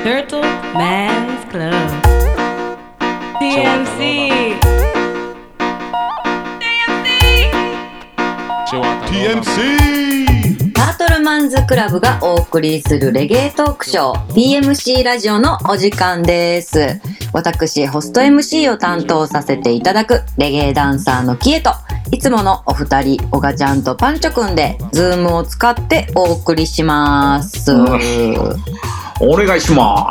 Turtle Man's Club TMC TMC タートルマンズクラブがお送りするレゲエトークショー TMC ラジオのお時間です。私ホスト MC を担当させていただくレゲエダンサーのキエと、いつものお二人オガちゃんとパンチョくんでズームを使ってお送りします。 お願いします。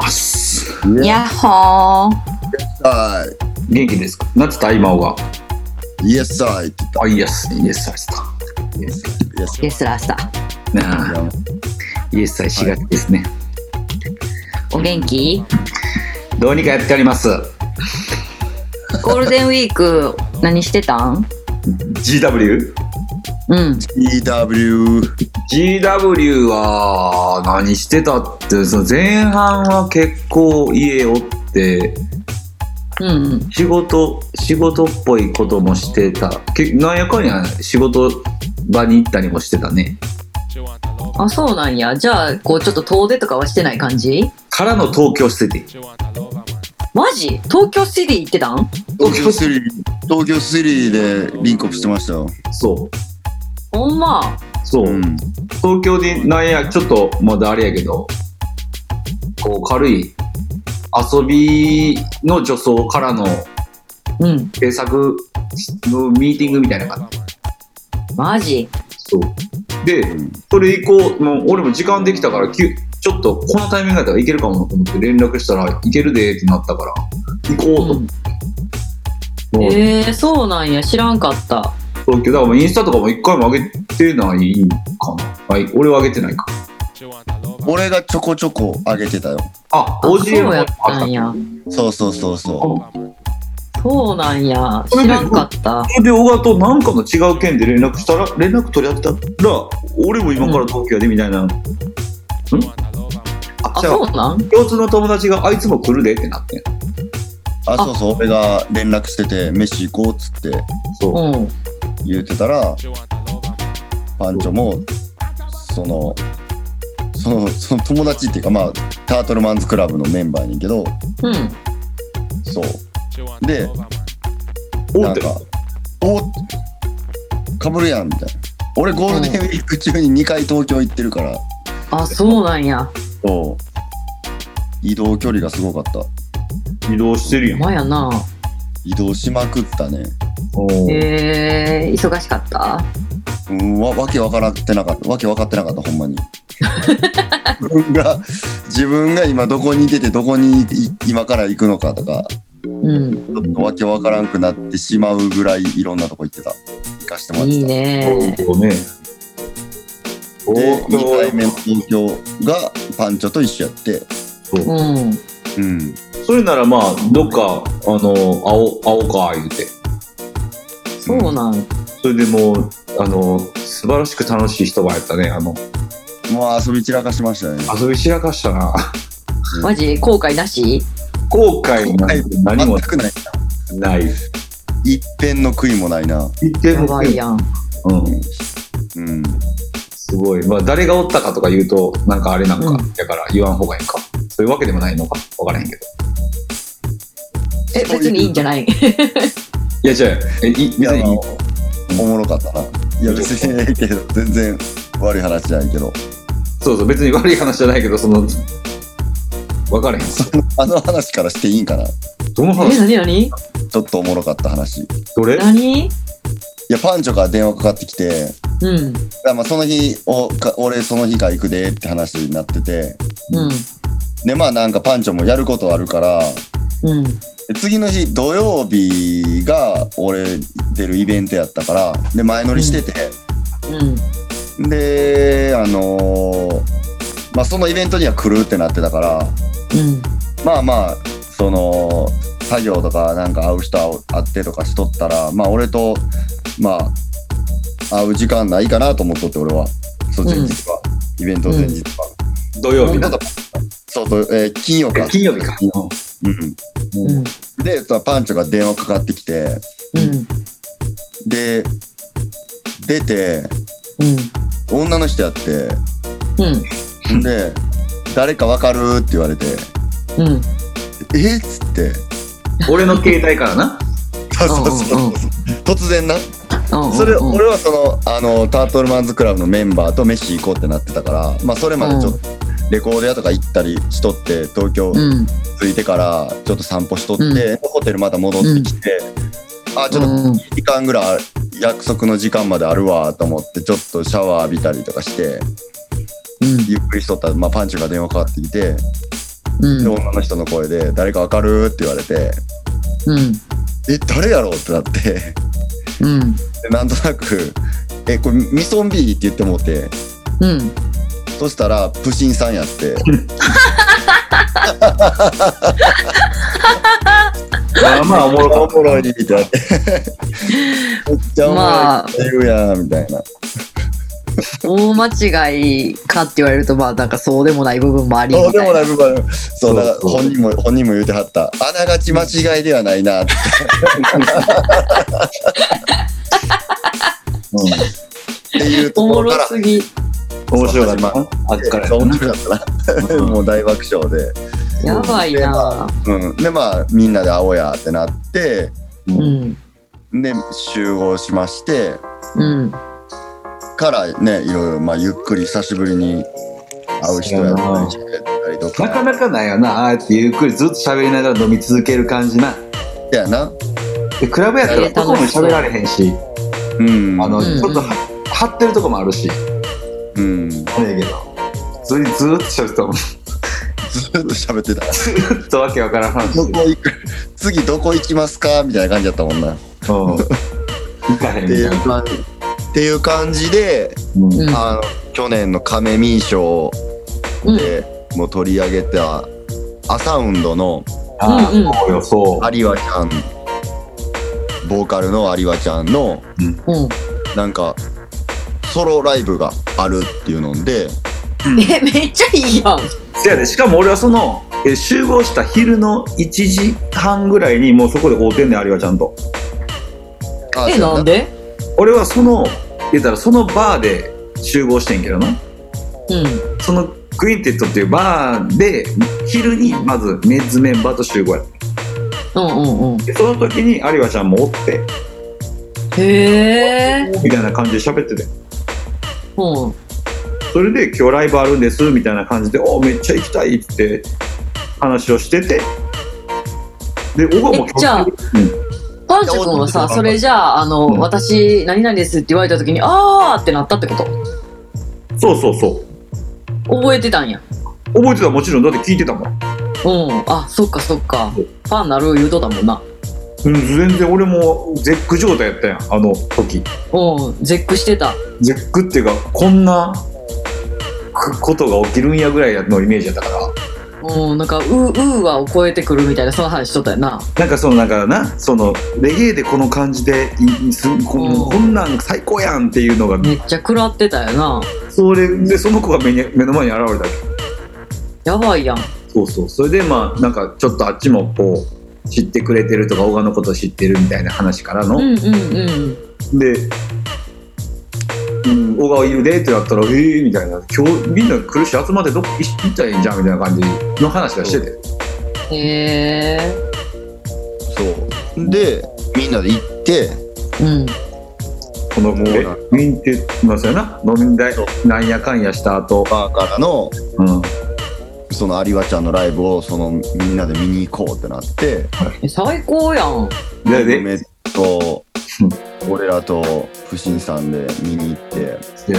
やっほー。 は元気ですか？なんつった今尾が。 い。イエスアイって言っあ、イエス、イエスサイスタ。 た。イエス。 ゲスラースターなあ、イエスサイ4月ですね。 お元気？ どうにかやっております。 ゴールデンウィーク何してたん？ GW？ うん。 GW は何してたって、その前半は結構家おってうんうん。 仕事っぽいこともしてた。なんやかんや仕事場に行ったりもしてたね。 あ、そうなんや。じゃあこうちょっと遠出とかはしてない感じ？ からの東京シティ。 マジ？東京シティ行ってたん？ 東京スリーでリンクアップしてましたよ。 そうほんま。 そう、 うん東京でなんやちょっとまだあれやけど、こう軽い遊びの助走からのうん。 制作のミーティングみたいな感じ。 マジ？ そうで、それ以降もう俺も時間できたからちょっとこのタイミングだったらいけるかもと思って連絡したらいけるでってなったから行こうと思って、もうそうなんや。知らんかった。 東京だからもうインスタとかも一回も上げてないかな。はい、俺は上げてないか。 俺がちょこちょこ上げてたよ。 あ、 あ、 OGM そうやったんや。 そうそうそうなんや。知らんかった。 それで小川と何かの違う件で連絡したら連絡取り合ってたら俺も今から東京やでみたいな、 あ、そうなん？ 共通の友達があいつも来るでってなってん。 そうそう、俺が連絡してて飯行こうっつってそう、 うん。 言ってたら、パンチョもその友達っていうか、まあタートルマンズクラブのメンバーにけど、 うん。 そうでおってなんかかぶるやんみたいな。俺ゴールデンウィーク中に2回東京行ってるから、 あ、そうなんや。 そう移動距離がすごかった。 移動してるやん。 ほんまやな。 移動しまくったね。 忙しかった？ わけ分かってなかったほんまに自分が今どこにいててどこに今から行くのかとか、 うん。 ちょっとわけ分からんくなってしまうぐらいいろんなとこ行ってた。行かしてもらってた。 いいね。 そうね。 で2回目の東京がパンチョと一緒やって、 うん。 それならまあどっか会おうか言うて、 そうなん。 それでもう素晴らしく楽しい一晩やったね。 もう遊び散らかしましたね。 遊び散らかしたな。 マジ後悔なし？ 後悔なんて何も全くない。 ない。 一遍の悔いもないな。 や一点もばいやん。 うんすごい。まあ誰がおったかとか言うとなんかあれなんか、 うんだから言わん方がいいか。そういうわけでもないのか分からへんけど。 別にいいんじゃない？ いや違う。別にいい。 おもろかったな。いや別にええけど全然悪い話じゃないけど、 そうそう、別に悪い話じゃないけど、分からへん。 あの話からしていいんかな。 どの話？ 何？ ちょっとおもろかった話。いどれ？ 何？ やパンチョから電話かかってきて、 うん。 まあその日俺その日から行くでって話になってて、 うん。 でまあなんかパンチョもやることあるから、 うん。 で次の日土曜日が俺出るイベントやったから、で前乗りしてて、でまあそのイベントには来るってなってたから、まあその作業とかなんか会う人会ってとかしとったら、まあ俺とまあ会う時間ないかなと思っとって、俺はそう前日は、イベント前日は、 土曜日な。 そう金曜か。 金曜日か。 でパンチョが電話かかってきて、で出て、女の人やって、で誰か分かるって言われて、 うん。 っつって。 俺の携帯からな。 そう突然な。それ俺はそのタートルマンズクラブのメンバーと飯行こうってなってたから、まあそれまでちょっとレコード屋とか行ったりしとって東京着いてからちょっと散歩しとって、ホテルまた戻ってきて、あちょっと1時間ぐらい約束の時間まであるわと思ってちょっとシャワー浴びたりとかして、ゆっくりしとったら、まあ、パンチが電話かかってきて、で女の人の声で「誰かわかる?」って言われて「誰やろ?」ってなって、でなんとなく「これミソンビー」って言ってもうて、そしたらプシンさんやってまあおもろいみたいなめっちゃおもろいって言うやんみたいな。 大間違いかって言われるとまあなんかそうでもない部分もありそうでもない部分そうだから本人も言うてはったあながち間違いではないなってっていうところから面白かったあっから面白かったなもう大爆笑でやばいな。 でまあみんなで会おうやってなってで集合しましてからねいろいろまあゆっくり久しぶりに会う人やったりとかなかなかないよなああやってゆっくりずっと喋りながら飲み続ける感じなやなでクラブやったらどこも喋られへんしちょっと張ってるとこもあるしねえけどそれずっと喋ってたもんずっと喋ってたずっとわけわからん話どこ行く次どこ行きますかみたいな感じだったもんな行かへんっていう感じで、去年のカメミー賞でもう取り上げたアサウンドの有和ちゃんボーカルの有和ちゃんのなんかソロライブがあるっていうのでめっちゃいいやん。 せやでしかも俺はその集合した昼の1時半ぐらいにもうそこで会うてんねん有和ちゃんと。 なんで？ 俺は言ったらそのバーで集合してんけどな、そのクインテットっていうバーで昼にまずメッズメンバーと集合やった、でその時に有和ちゃんもおってみたいな感じで喋ってて、それで今日ライブあるんですみたいな感じでめっちゃ行きたいって話をしてて、で小川もじゃあパンチ君はさ、それじゃあ私何々ですって言われた時にあーってなったってこと？ そう覚えてたんや。 覚えてたもちろんだって聞いてたもん。 あそっかファンなる言うとったもんな。 全然俺も絶句状態やったやんあの時。 絶句してた。 絶句っていうかこんなことが起きるんやぐらいのイメージやったから。 なんかウーワを超えてくるみたいなその話しとったよな。 なんかそのレゲエでこの感じでこんなん最高やんっていうのがめっちゃ食らってたよな。 それでその子が目の前に現れたわけ。やばいやん。 それでまあなんかちょっとあっちもこう知ってくれてるとか小川のこと知ってるみたいな話からの、で小川いるでってなったらみたいな今日みんな来るし集まってどっか行ったらいいんじゃんみたいな感じの話がしててそうでみんなで行ってこのもうみんってますよな飲み代なんやかんやした後バーからのその有和ちゃんのライブをみんなで見に行こうってなって最高やん。 で俺らと不審さんで見に行って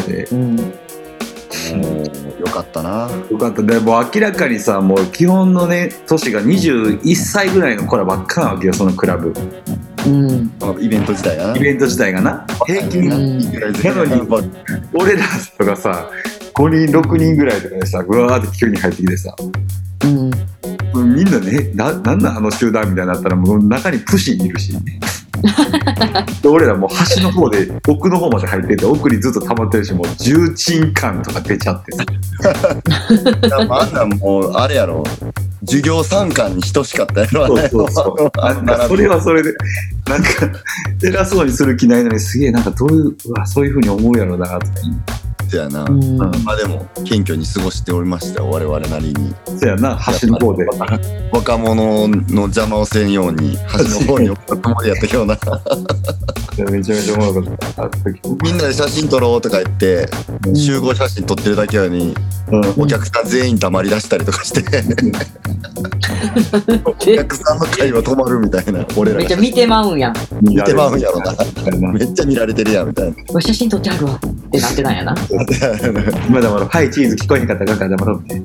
よかったな。 よかったでもう明らかにさもう基本のね年が21歳ぐらいの子らばっかなわけよそのクラブ、 イベント自体がな平均なのに俺らとかさ5人6人ぐらいとかでさぐわーって急に入ってきてさ、みんなねなんなんあの集団みたいになったらもう中にプシンいるしで俺らもう端の方で奥の方まで入ってて奥にずっと溜まってるしもう重鎮感とか出ちゃってさあんなんもうあれやろ授業参観に等しかったやろそれはそれでなんか偉そうにする気ないのにすげえなんかそういう風に思うやろなとかせやな。 うんまあでも謙虚に過ごしておりましたよ、我々なりに。 そうやな、橋の方で。 若者の邪魔をせんように橋の方に置くつもりやったけどな。 めちゃめちゃおもろかった。 みんなで写真撮ろうとか言って、集合写真撮ってるだけやのに、お客さん全員黙り出したりとかして、お客さんの会話止まるみたいな、俺らがめっちゃ見てまうんやん。 見てまうんやろな。めっちゃ見られてるやんみたいな。 写真撮ってあるわってなってたんやな。 まだまだ、はい、チーズ聞こえへんかったから黙ろうって。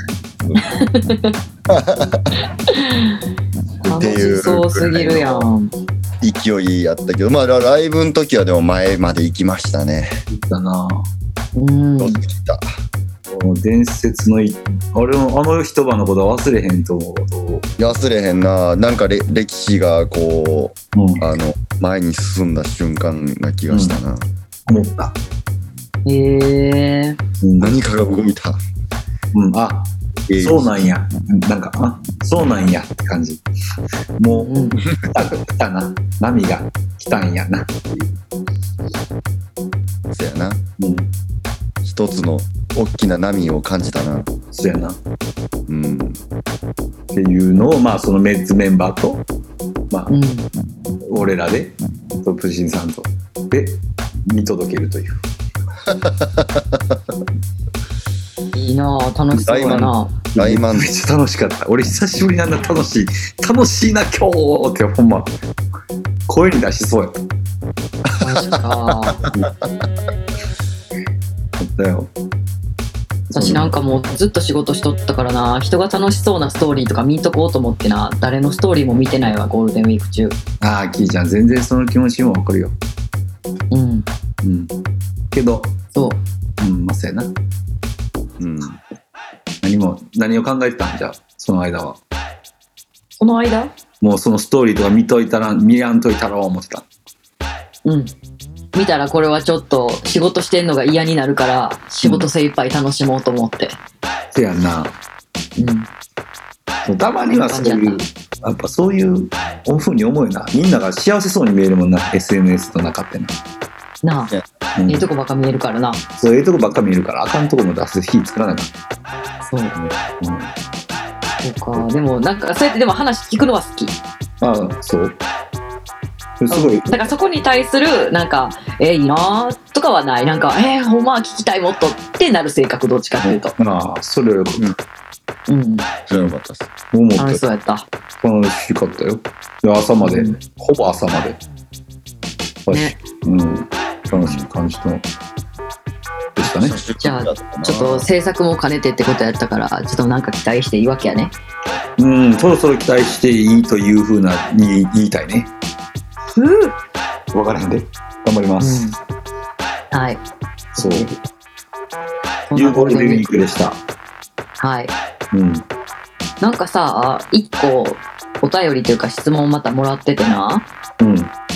楽しそうすぎるやん。 勢いやったけど、まあライブの時はでも前まで行きましたね。 だなうん。 乗ってきた。 もう伝説の俺もあの一晩のことは忘れへんと思うと。 忘れへんな。なんか歴史がこう、 うん、 前に進んだ瞬間な気がしたな。 思った。 へえ。 何かが動いた。 うん、あ、そうなんや。なんか、あ、そうなんやって感じ。もう、来たな。波が来たんやな。 そやな。 うん。 一つの大きな波を感じたな。 そうやな。 うん。 っていうのを、まあ、そのメッツメンバーと、まあ、 うん。 俺らで、とプシンさんと、で、見届けるという。 いいなぁ、楽しそうやな。 大満めっちゃ楽しかった。俺久しぶりなんだ、楽しいな今日ってほんま声に出しそうやった。 マジか。 だよ。 私なんかもうずっと仕事しとったからな、人が楽しそうなストーリーとか見とこうと思ってな、誰のストーリーも見てないわ、ゴールデンウィーク中。 ああ、キーちゃん全然その気持ちもわかるよ。 うん。 うん。けど、 そう。 うん、まあそうやな。 うん。 何を考えてたんじゃ、その間は。 その間？ もうそのストーリーとか見やんといたら思ってた。 うん。見たらこれはちょっと仕事してんのが嫌になるから仕事精一杯楽しもうと思って。 せやんな。 うん。 たまにはそういう、やっぱそういう風に思うよな。みんなが幸せそうに見えるもんな、SNS の中ってな。 なあ、 うんええとこばっか見えるからな。 そういうとこばっか見えるからあかんとこも出す火作らなきゃ。 そう。そうか。でもなんかそうやってでも話聞くのは好き。 ああ、そう。すごい。 だからそこに対するなんかいいなとかはない。なんかほんまは聞きたいもっとってなる性格、どっちかっていうと。 ああ、それはよかった。 うん。 知らなかったっす。 思った。 楽しそうやった。 楽しかったよ。で朝まで、ほぼ朝まで。 ね。 うん。楽しい感じの。でしたね。 じゃあちょっと制作も兼ねてってことやったから、ちょっとなんか期待していいわけやね。 うん、そろそろ期待していいという風なに言いたいね。わからへんで。頑張ります。 はい。 そう。 そんいうゴールデンウィーク。 クでした。 はい。 うん。 なんかさ、一個お便りというか質問またもらっててな。 うん。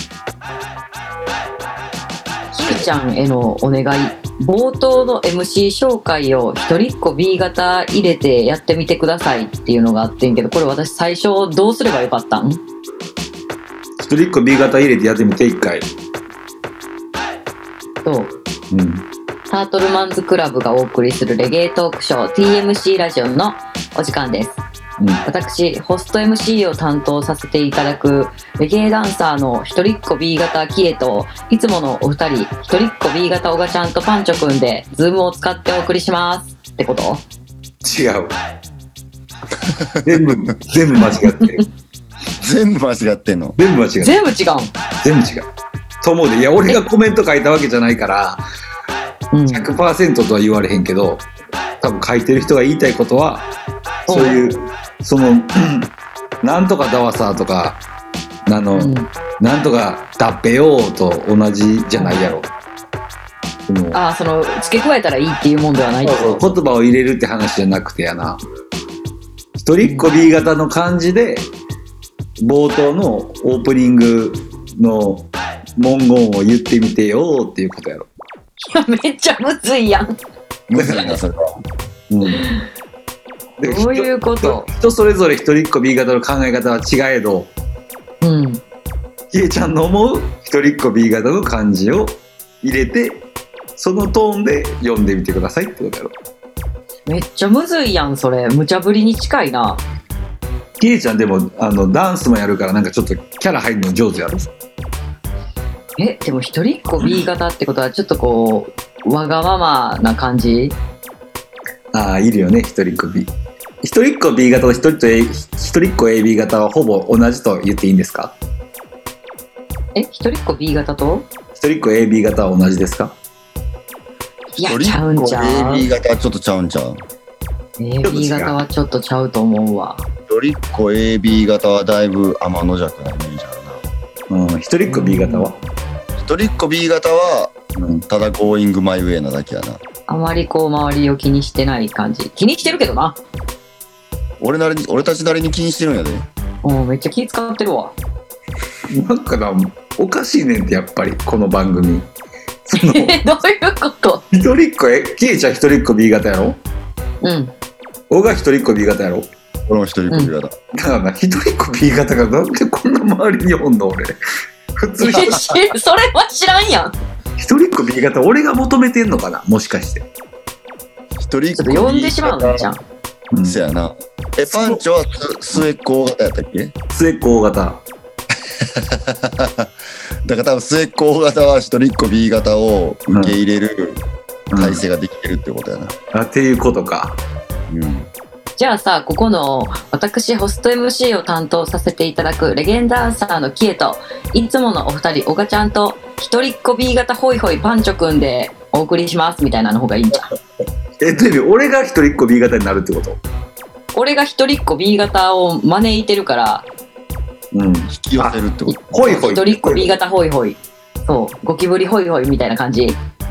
ひーちゃんへのお願い。冒頭の MC 紹介を一人っ子 B 型入れてやってみてくださいっていうのがあってんけど、これ私最初どうすればよかったん？ 一人っ子 B 型入れてやってみて一回。 と、 うん。 タートルマンズクラブがお送りするレゲエトークショー TMC ラジオのお時間です。私ホスト MC を担当させていただくレゲエダンサーの一人っ子 B 型キエと、いつものお二人一人っ子 B 型オガちゃんとパンチョくんでズームを使ってお送りしますってこと？ 違う。全部間違ってる。 全部間違ってんの。 全部間違ってる。 全部違うん。 全部違う。と思うで。いや、俺がコメント書いたわけじゃないから、100% とは言われへんけど、多分書いてる人が言いたいことは、そういう、なんとかだわさとか、なんとかだっぺよーと同じじゃないやろ。 付け加えたらいいっていうもんではないってこと？ 言葉を入れるって話じゃなくてやな。一人っ子 B 型の感じで、冒頭のオープニングの文言を言ってみてよっていうことやろ。 いや、めっちゃむずいやん。 むずいな、それは。 でどういうこと？ 人それぞれ一人っ子 B 型の考え方は違えど、ひえちゃんの思う一人っ子 B 型の漢字を入れてそのトーンで読んでみてくださいってことやろ。 めっちゃむずいやんそれ。無茶ぶりに近いな。 キエちゃんでもダンスもやるからなんかちょっとキャラ入るの上手やろ。 でも一人っ子 B 型ってことはちょっとこうわがままな感じ。 ああいるよね、一人っ子 B 型と一人っ子 AB 型はほぼ同じと言っていいんですか？ 一人っ子 B 型と一人っ子 AB 型は同じですか？ いやちゃうんちゃう。 AB 型はちょっとちゃうんちゃう。 AB 型はちょっとちゃうと思うわ。 一人っ子 AB 型はだいぶ天の弱なイメージあるな。 一人っ子 B 型は一人っ子 B 型は、ただ Going my way なだけやな。 あまりこう周りを気にしてない感じ。気にしてるけどな。 俺たちなりに気にしてるんやで。 めっちゃ気使ってるわ。 なんかな、おかしいねんってやっぱりこの番組。そのどういうこと？ 一人っ子キエちゃん一人っ子 B 型やろ。俺が一人っ子 B 型やろ。 俺も一人っ子 B 型。 だからな、一人っ子 B 型がなんでこんな周りにおんの俺。普通にそれは知らんやん。 一人っ子 B 型俺が求めてんのかな、もしかして。 一人っ子ちょっと呼んでしまうんじゃん。 そやな。パンチョは末っ子 O 型やったっけ？ 末っ子 O 型。 だから多分末っ子 O 型は一人っ子 B 型を受け入れる体制ができてるってことやな。 っていうことか。 じゃあさ、ここの私ホスト MC を担当させていただくレゲンダンサーのキエと、いつものお二人オガちゃんと一人っ子 B 型ホイホイパンチョくんでお送りしますみたいなの方がいいんじゃん。 どういう意味？俺が一人っ子 B 型になるってこと？ 俺が一人っ子 B 型を招いてるから、 引き寄せるってこと。 ホイホイ。 一人っ子 B 型ホイホイ。そう、ゴキブリホイホイみたいな感じ。 い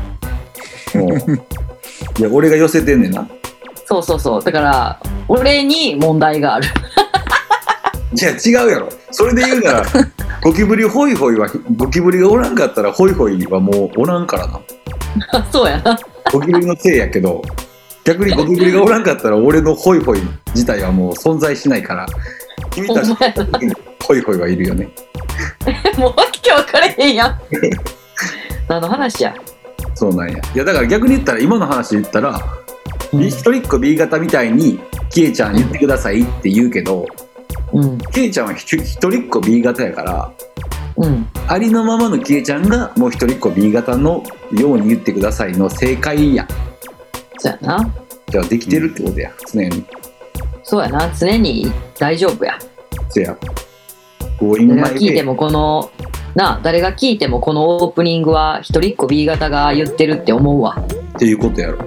や、俺が寄せてんねんな。 そう。だから、俺に問題がある。 じゃあ違うやろ。それで言うなら、ゴキブリホイホイは、ゴキブリがおらんかったらホイホイはもうおらんからな。 そうやな。 ゴキブリのせいやけど、逆にゴキブリがおらんかったら俺のホイホイ自体はもう存在しないから、君たちのホイホイはいるよね。 もうわけ分かれへんやん。何の話や。 そうなんや。いやだから逆に言ったら、今の話言ったら、一人っ子 B 型みたいにキエちゃん言ってくださいって言うけど、キエちゃんは一人っ子 B 型やから、ありのままのキエちゃんがもう一人っ子 B 型のように言ってくださいの正解や。 そうやな。 じゃあできてるってことや、常に。 そうやな、常に大丈夫や。 せや。 誰が聞いてもこの誰が聞いてもこのオープニングは一人っ子 B 型が言ってるって思うわ。 っていうことやろ。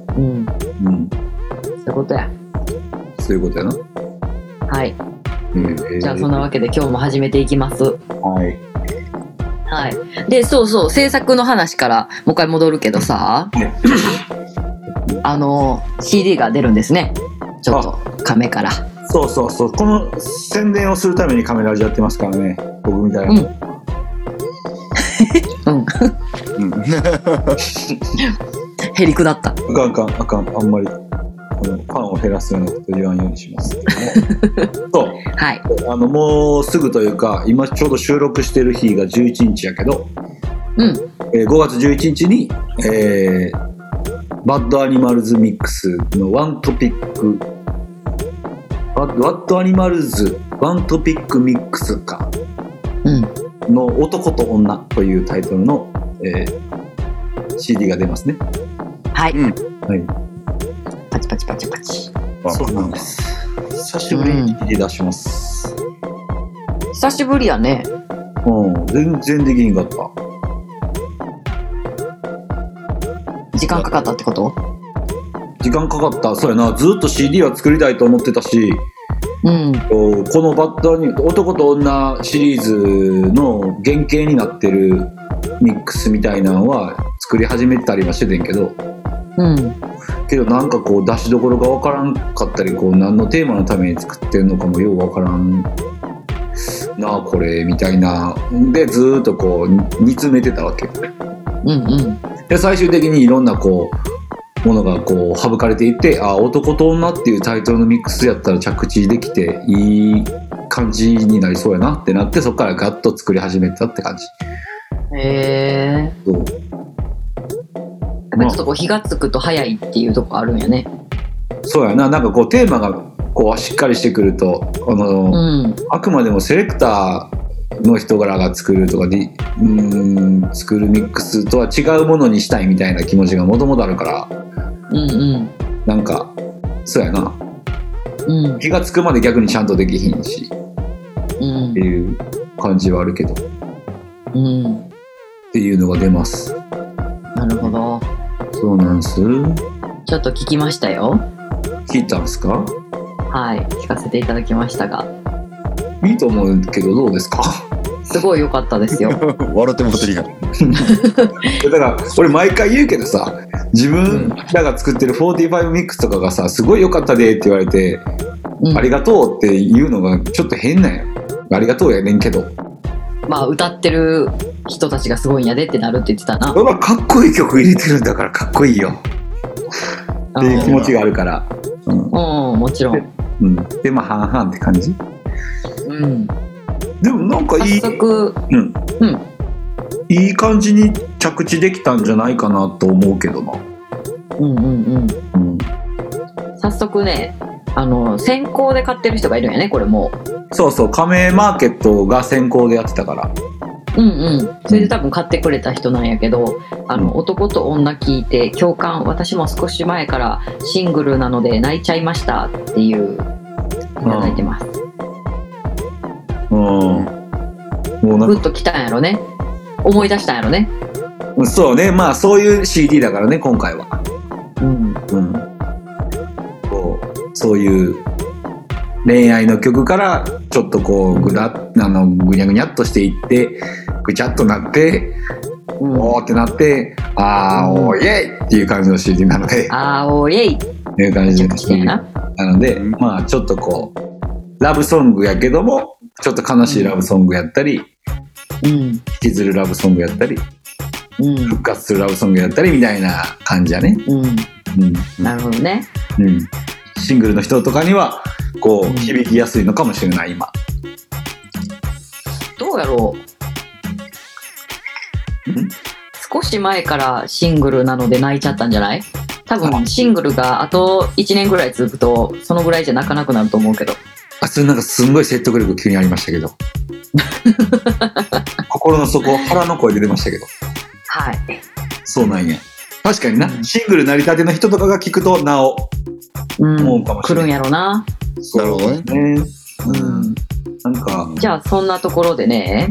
そういうことや。 そういうことやな。 はい。じゃあそんなわけで今日も始めていきます。で、そう制作の話からもう一回戻るけどさ、CD が出るんですね。ちょっとカメから。 そうこの宣伝をするためにカメラでやってますからね、僕みたいな。 へりくだった。 あかん、あんまりファンを減らすようなこと言わんようにしますそうはい。 もうすぐというか、今ちょうど収録してる日が11日やけど、5月11日に、バッドアニマルズミックスのワントピックワッドアニマルズワントピックミックスか、の男と女というタイトルの、CD が出ますね。 はい。 はい。 パチパチパチパチ。 そうなんです。久しぶりに CD 出します。 久しぶりやね。 全然できひんかった。 時間かかったってこと？ 時間かかった。そうやな。ずっと CD は作りたいと思ってたし、このバッドアニ男と女シリーズの原型になってるミックスみたいなのは作り始めたりはしててんけど、けどなんかこう出しどころがわからんかったり、こう何のテーマのために作ってんのかもようわからんなあこれみたいなで、ずっとこう煮詰めてたわけ。で最終的にいろんなこうものがこう省かれていって、男と女っていうタイトルのミックスやったら着地できていい感じになりそうやなってなって、そこからガッと作り始めたって感じ。 へえ。 なんかちょっとこう火がつくと早いっていうとこあるんやね。 そうやな、なんかこうテーマがこうしっかりしてくるとあくまでもセレクターの人柄が作るとか作るミックスとは違うものにしたいみたいな気持ちがもともとあるから、なんかそうやな、気がつくまで逆にちゃんとできひんし、っていう感じはあるけど、っていうのが出ます。 なるほど。 そうなんです。 ちょっと聞きましたよ。 聞いたんですか？ はい、聞かせていただきましたが。 いいと思うけどどうですか？ すごい良かったですよ。 笑ってもってるやん。 だから俺毎回言うけどさ、自分らが作ってる45ミックスとかがさ、すごい良かったでって言われて、ありがとうっていうのがちょっと変なんや。ありがとうやねんけど。 まあ歌ってる人たちがすごいんやでってなるって言ってたな。 俺はかっこいい曲入れてるんだからかっこいいよっていう気持ちがあるから。 もちろん。 でまあ半々って感じ。でもなんかいい、 早速、 いい感じに着地できたんじゃないかなと思うけどな。 早速ね、先行で買ってる人がいるんやね、これもう。 そうそう、加盟マーケットが先行でやってたから。 それで多分買ってくれた人なんやけど、男と女聞いて共感、私も少し前からシングルなので泣いちゃいましたっていういただいてます。もうグッときたんやろね、思い出したんやろね。 そうね、まあそういう CD だからね今回は。そういう恋愛の曲からちょっとこうぐにゃぐにゃっとしていってぐちゃっとなって、おーってなって、おーイエイっていう感じの CD なので、 おーイエイっていう感じの CD なので、まあちょっとこうラブソングやけどもちょっと悲しいラブソングやったり、引きずるラブソングやったり、復活するラブソングやったりみたいな感じやね。 なるほどね。 シングルの人とかにはこう響きやすいのかもしれない今。 どうやろう。少し前からシングルなので泣いちゃったんじゃない？多分シングルがあと1年ぐらい続くとそのぐらいじゃ泣かなくなると思うけど。 それなんかすんごい説得力急にありましたけど。心の底、腹の声で出ましたけど。 はい。 そうなんや。確かにな、シングル成り立ての人とかが聞くとなお思うかもしれない。来るんやろな。 なるほどね。 なんかじゃあそんなところでね、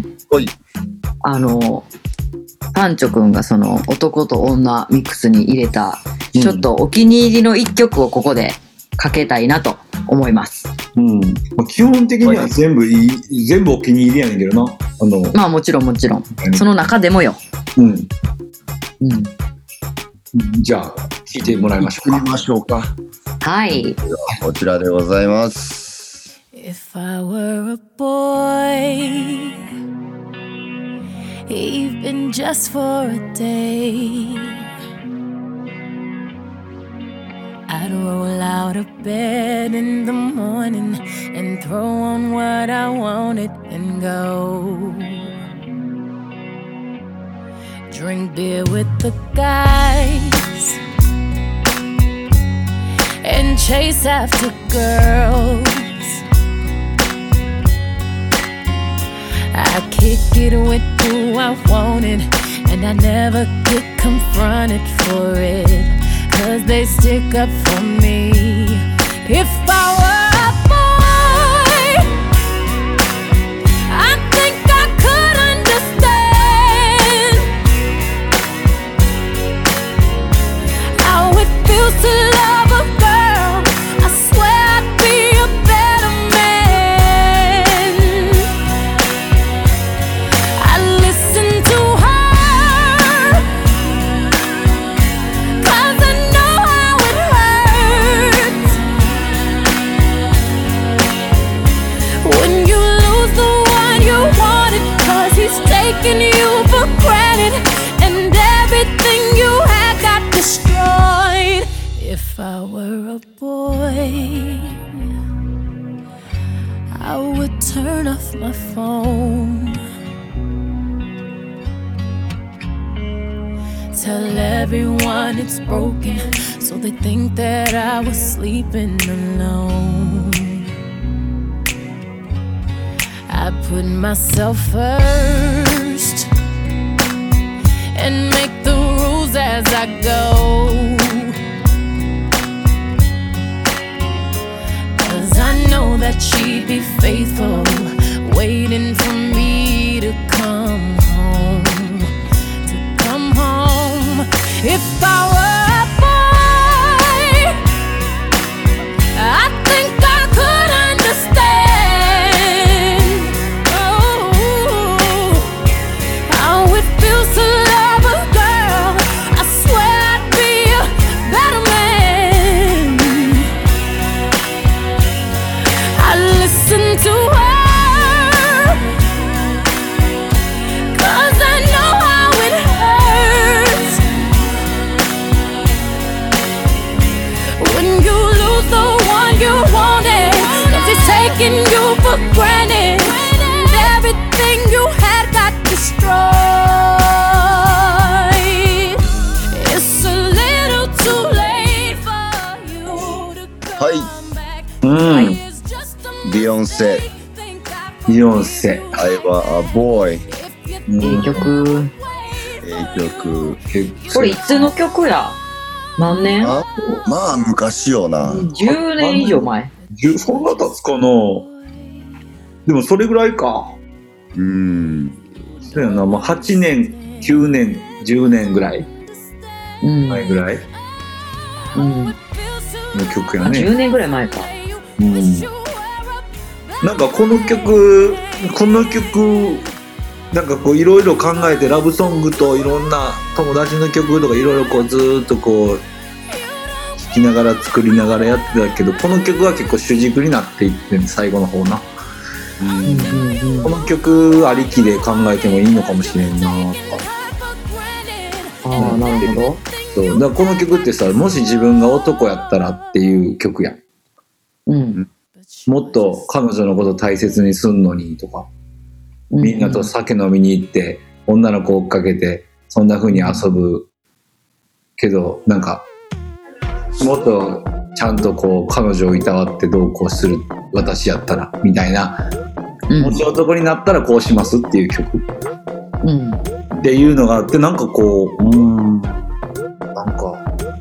パンチョくんがその男と女ミックスに入れた、ちょっとお気に入りの一曲をここでかけたいなと思います。 基本的には全部お気に入りやねんけどな。 まあもちろんその中でもよ。 じゃあ聴いてもらいましょうか。 見ましょうか。 はい。 こちらでございます。 If I were a boy, even just for a day, I'd roll out of bed in the morning and throw on what I wanted and go. Drink beer with the guys and chase after girls. I kick it with who I wanted, and I never get confronted for it, 'cause they stick up for me. If I were a boy, I think I could understand how it feels to love a girl. I swear I'd be a better man. I listen to her, 'cause I know how it hurts when you lose the one you wanted, 'cause he's taking you for granted and everything you had got destroyed. If I were a boy, I would turn off my phone, tell everyone it's broken, so they think that I was sleeping alone. I put myself first and make the rules as I go, 'cause I know that she'd be faithful, waiting for me to come home, If I were a boy, I think I could understand how it feels to love a girl. I swear I'd be a better man. I listen to her, 'cause I know how it hurts when you lose the one you wanted, 'cause it's taking you for granted, and everything you had got destroyed. It's a little too late for you to はい come back. うん、 It's just a ビヨンセビヨンセ、 I was a boy うんいい曲。 曲これいつの曲や？何年あまあ昔よな ？10年以上前。 そんな経つかな。でもそれぐらいか。 うんそうやな、まあ、8年9年10年ぐらいうん。 前ぐらいうん。 の曲あ、 やね。 10年ぐらい前か。 うん、なんかこの曲なんかこういろいろ考えてラブソングといろんな友達の曲とかいろいろこうずーっとこう聴きながら作りながらやってたけど、この曲は結構主軸になっていってん最後の方な。 うんこの曲ありきで考えてもいいのかもしれんなとか。 ああ、なるほど。 そうだからこの曲ってさ、もし自分が男やったらっていう曲やん。 うん。 もっと彼女のこと大切にすんのにとか、みんなと酒飲みに行って女の子追っかけてそんな風に遊ぶけど、なんかもっとちゃんとこう彼女をいたわってどうこうする私やったらみたいな、もし男になったらこうしますっていう曲うん。 っていうのがあって、なんかこうなんか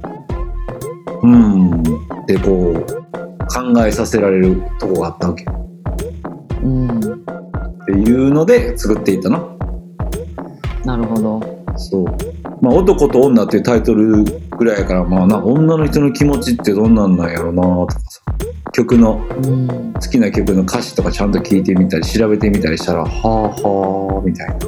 でこう考えさせられるとこがあったわけうん。 っていうので作っていったな。 なるほど。 そう、まあ、男と女っていうタイトルぐらいやから、まあな、女の人の気持ちってどんなんなんやろなとかさ、曲のうん。 好きな曲の歌詞とかちゃんと聞いてみたり調べてみたりしたら、はあはあみたいな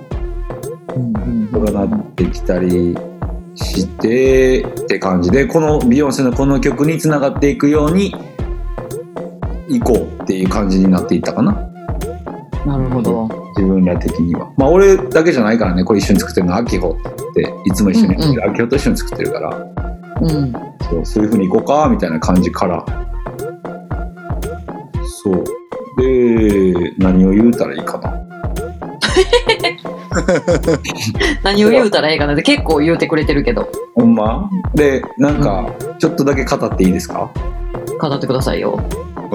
ことがなってきたりしてって感じで、このビヨンセのこの曲につながっていくようにいこうっていう感じになっていったかな。 なるほど。 自分ら的には。まあ俺だけじゃないからね、これ一緒に作ってるのはアキホっていつも一緒にやってる、アキホと一緒に作ってるから、 うん。 そういう風にいこうかみたいな感じから、そうで何を言うたらいいかな。 何を言うたらええかなって結構言うてくれてるけど。 ほんまで、なんかちょっとだけ語っていいですか。 語ってくださいよ。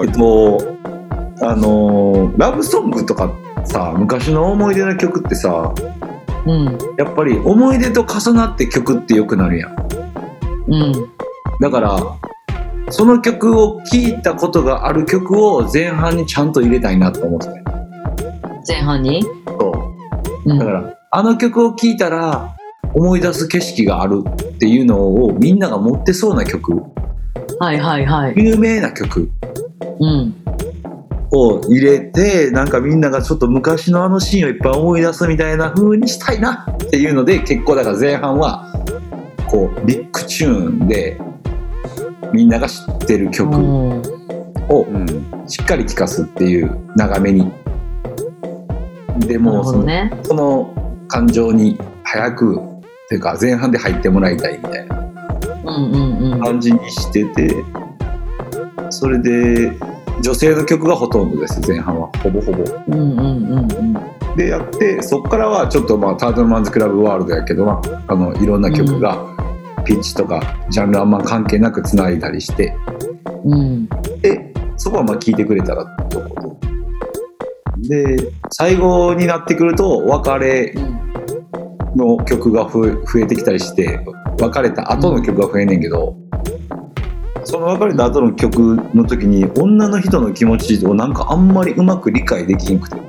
ラブソングとかさ、昔の思い出の曲ってさ、 うん。 やっぱり思い出と重なって曲って良くなるやん。 うん。 だからその曲を聴いたことがある曲を前半にちゃんと入れたいなと思ってたよ。 前半に？ そうだからあの曲を聴いたら思い出す景色があるっていうのをみんなが持ってそうな曲、 はいはいはい。 有名な曲うん。 を入れて、なんかみんながちょっと昔のあのシーンをいっぱい思い出すみたいな風にしたいなっていうので、結構だから前半はこうビッグチューンでみんなが知ってる曲をしっかり聴かすっていう長めに。でもその感情に早くというか前半で入ってもらいたいみたいな感じにしてて、それで女性の曲がほとんどです、前半はほぼほぼ。でやって、そこからはちょっとまあタートルマンズクラブワールドやけど、まあ、いろんな曲がピッチとかジャンルあんま関係なくつないだりして、でそこはまあ聴いてくれたらってとこで、最後になってくると別れの曲が増えてきたりして、別れた後の曲が増えんねんけど、その別れた後の曲の時に女の人の気持ちをなんかあんまりうまく理解できひんくて、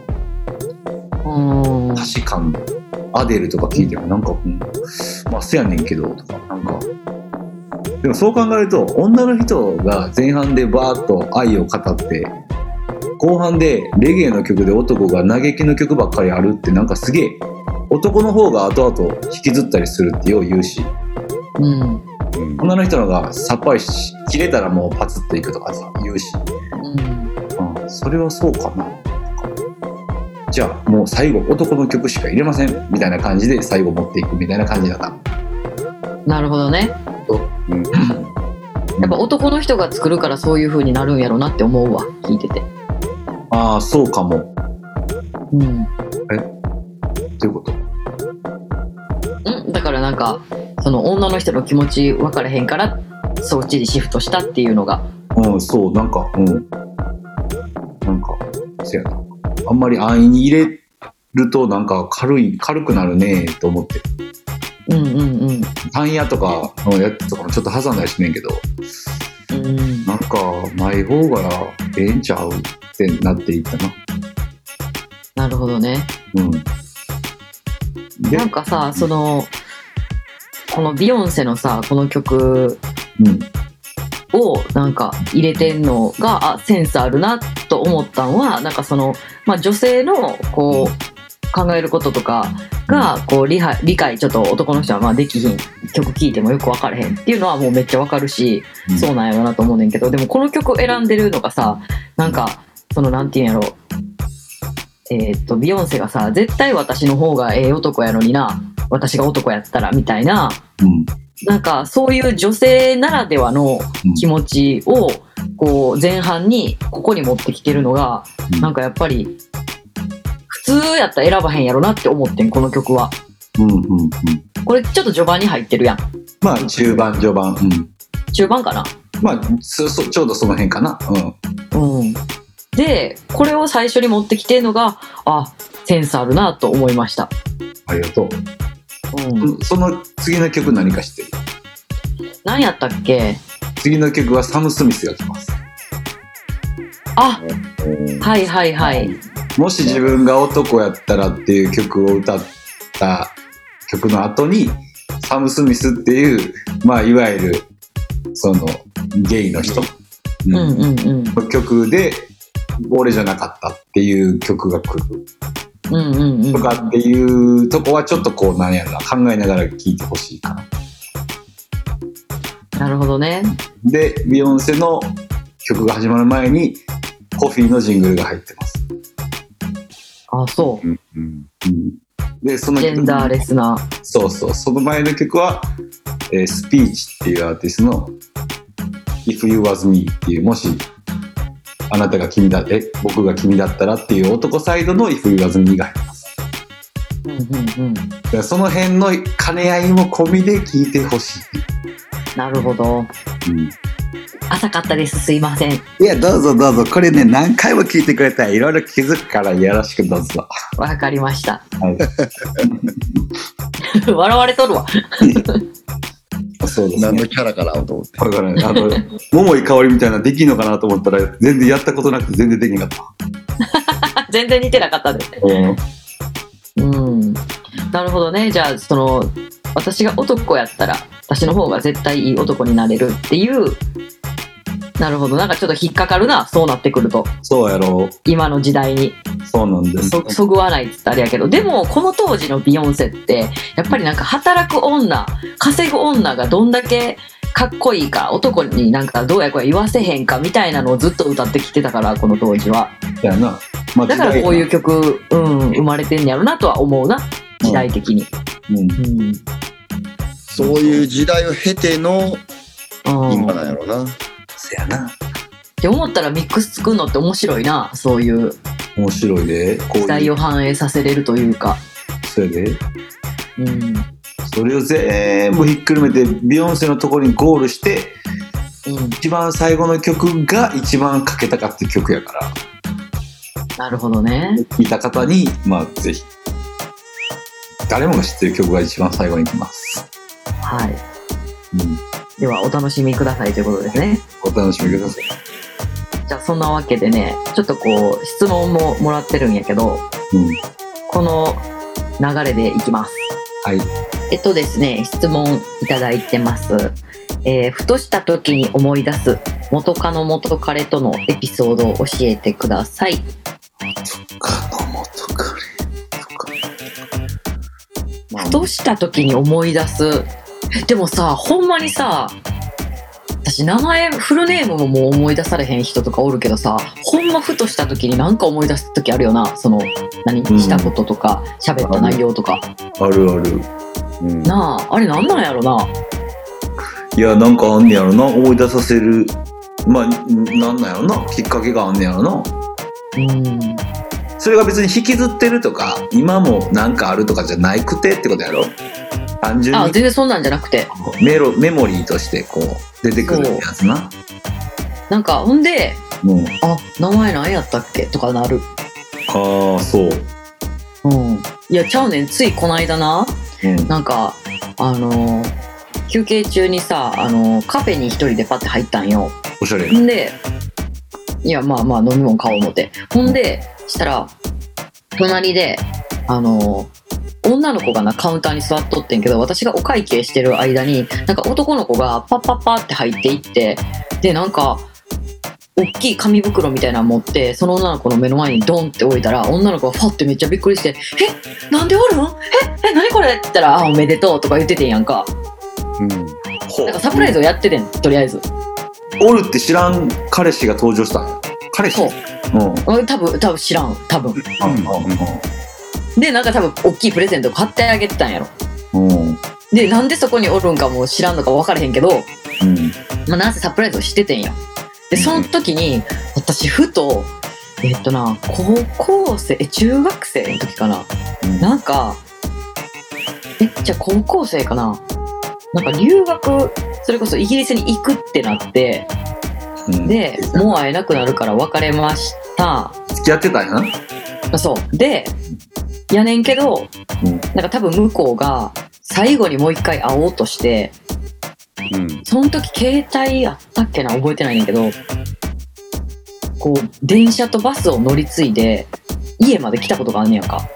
確かにアデルとか聞いてもなんか、まあせやねんけどとか、なんかでもそう考えると、女の人が前半でバーッと愛を語って後半でレゲエの曲で男が嘆きの曲ばっかりあるって、なんかすげえ男の方が後々引きずったりするってよう言うし、女の人のがさっぱりし切れたらもうパツッといくとかさ言うし、それはそうかな。じゃあもう最後男の曲しか入れませんみたいな感じで最後持っていくみたいな感じだった。 なるほどね。やっぱ男の人が作るからそういう風になるんやろなって思うわ、聞いてて。 ああ、そうかも。どういうこと？ だからなんかその女の人の気持ち分からへんからそっちにシフトしたっていうのが。 そう、なんかなんかせやな。あんまり安易に入れるとなんか軽くなるねと思って。タンヤとかのやつとかもちょっと挟んだりしねんけど、なんかない方がええんちゃうってなっていったな。 なるほどね。なんかさ、このビヨンセのさこの曲をなんか入れてんのがセンスあるなと思ったんは、なんかまあ、女性のこう考えることとかがこう理解ちょっと男の人はまあできひん、曲聴いてもよく分からへんっていうのはもうめっちゃ分かるし、そうなんやろなと思うねんけど、でもこの曲選んでるのがさ、なんかなんていうんやろ、ビヨンセがさ絶対私の方がええ男やのにな、私が男やったらみたいな、なんかそういう女性ならではの気持ちをこう前半にここに持ってきてるのが、なんかやっぱり普通やったら選ばへんやろなって思ってん、この曲は。これちょっと序盤に入ってるやん。 まあ中盤序盤、 中盤かな。 まあちょうどその辺かな。 でこれを最初に持ってきてるのがセンスあるなと思いました。 ありがとう。その次の曲何か知ってる？ 何やったっけ？ 次の曲はサム・スミスが来ます。 はいはいはい。 もし自分が男やったらっていう曲を歌った曲の後にサム・スミスっていう、まあいわゆるゲイの人の曲で俺じゃなかったっていう曲が来るとかっていうとこはちょっとこう何やろな、考えながら聴いてほしいかな。 なるほどね。 でビヨンセの曲が始まる前にコフィーのジングルが入ってます。 そう。 でそのジェンダーレスな。 その前の曲は、スピーチっていうアーティストの If You Was Me っていう、もしあなたが僕が君だったらっていう男サイドの If You Was Me が入ってます。その辺の兼ね合いも込みで聴いてほしい。 なるほど。浅かったです、すいません。 いや、どうぞどうぞ。これね、何回も聞いてくれたらいろいろ気づくからよろしくどうぞ。 わかりました。 はい、 笑われとるわ。 そうですね。 何のキャラかなと思って。 だからね、桃井かおりみたいなできんのかなと思ったら全然やったことなくて全然できなかった。 全然似てなかったです。なるほどね。じゃあ私が男やったら私の方が絶対いい男になれるっていう。なるほど。なんかちょっと引っかかるな、そうなってくると。 そうやろう。 今の時代に。 そうなんです。 そぐわないって言ったらあれやけど、でもこの当時のビヨンセってやっぱりなんか働く女、稼ぐ女がどんだけかっこいいか、男になんかどうやこう言わせへんかみたいなのをずっと歌ってきてたから、この当時は。 やな。 だからこういう曲、生まれてんやろなとは思うな、時代的に。 そういう時代を経ての今なんやろな。 せやな。 って思ったらミックス作るのって面白いな。そういう面白いで、こういう期待を反映させれるというか。 それでうんそれを全部ひっくるめてビヨンセのところにゴールして、一番最後の曲が一番かけたかった曲やから、 なるほどね。 聞いた方にまあぜひ、誰もが知ってる曲が一番最後に来ます。 はい。 うん、 ではお楽しみくださいということですね。 お楽しみください。 じゃあそんなわけでね、ちょっとこう質問ももらってるんやけど、この流れでいきます。 はい。 ですね、質問いただいてます。ふとした時に思い出す元カノ元彼とのエピソードを教えてください。ふとした時に思い出す。でもさ、ほんまにさ、私名前フルネームももう思い出されへん人とかおるけどさ、ほんまふとした時に何か思い出す時あるよな。そのしたこととか喋った内容とか。 あるある。 なあ、あれなんなんやろな。 いや、なんかあんねやろな、思い出させる。まあ、なんなんやろな、きっかけがあんねやろな。それが別に引きずってるとか、今もなんかあるとかじゃなくてってことやろ。単純に。 全然そんなんじゃなくて。メモリーとしてこう、出てくるやつな。 なんか、ほんで、名前何やったっけとかなる。 ああ、そう。 いや、ちゃうねん。ついこの間な、なんか、休憩中にさ、カフェに一人でパッて入ったんよ。 おしゃれ。 んで、いや、まあまあ飲み物買おう思って。ほんで、したら、隣で、女の子がな、カウンターに座っとってんけど、私がお会計してる間に、なんか男の子がパッパッパって入っていって、で、なんか、大きい紙袋みたいなの持って、その女の子の目の前にドンって置いたら、女の子がファってめっちゃびっくりして、なんでおるん？何これって言ったら、おめでとうとか言っててんやんか。なんかサプライズをやっててん、とりあえず。 おるって知らん彼氏が登場したんや。彼氏？ 多分知らん、多分。で、なんか多分大きいプレゼント買ってあげてたんやろ。で、なんでそこにおるんかも知らんのか分からへんけど、まあなんせサプライズをしててんや。で、その時に、私ふと、高校生、中学生の時かな。なんか、じゃあ高校生かな。なんか留学、それこそイギリスに行くってなって、で、もう会えなくなるから別れました。 付き合ってたんやな。 そう。で、やねんけど、なんか多分向こうが最後にもう一回会おうとして、その時携帯あったっけな、覚えてないねんけど、こう電車とバスを乗り継いで家まで来たことがあんねやんか。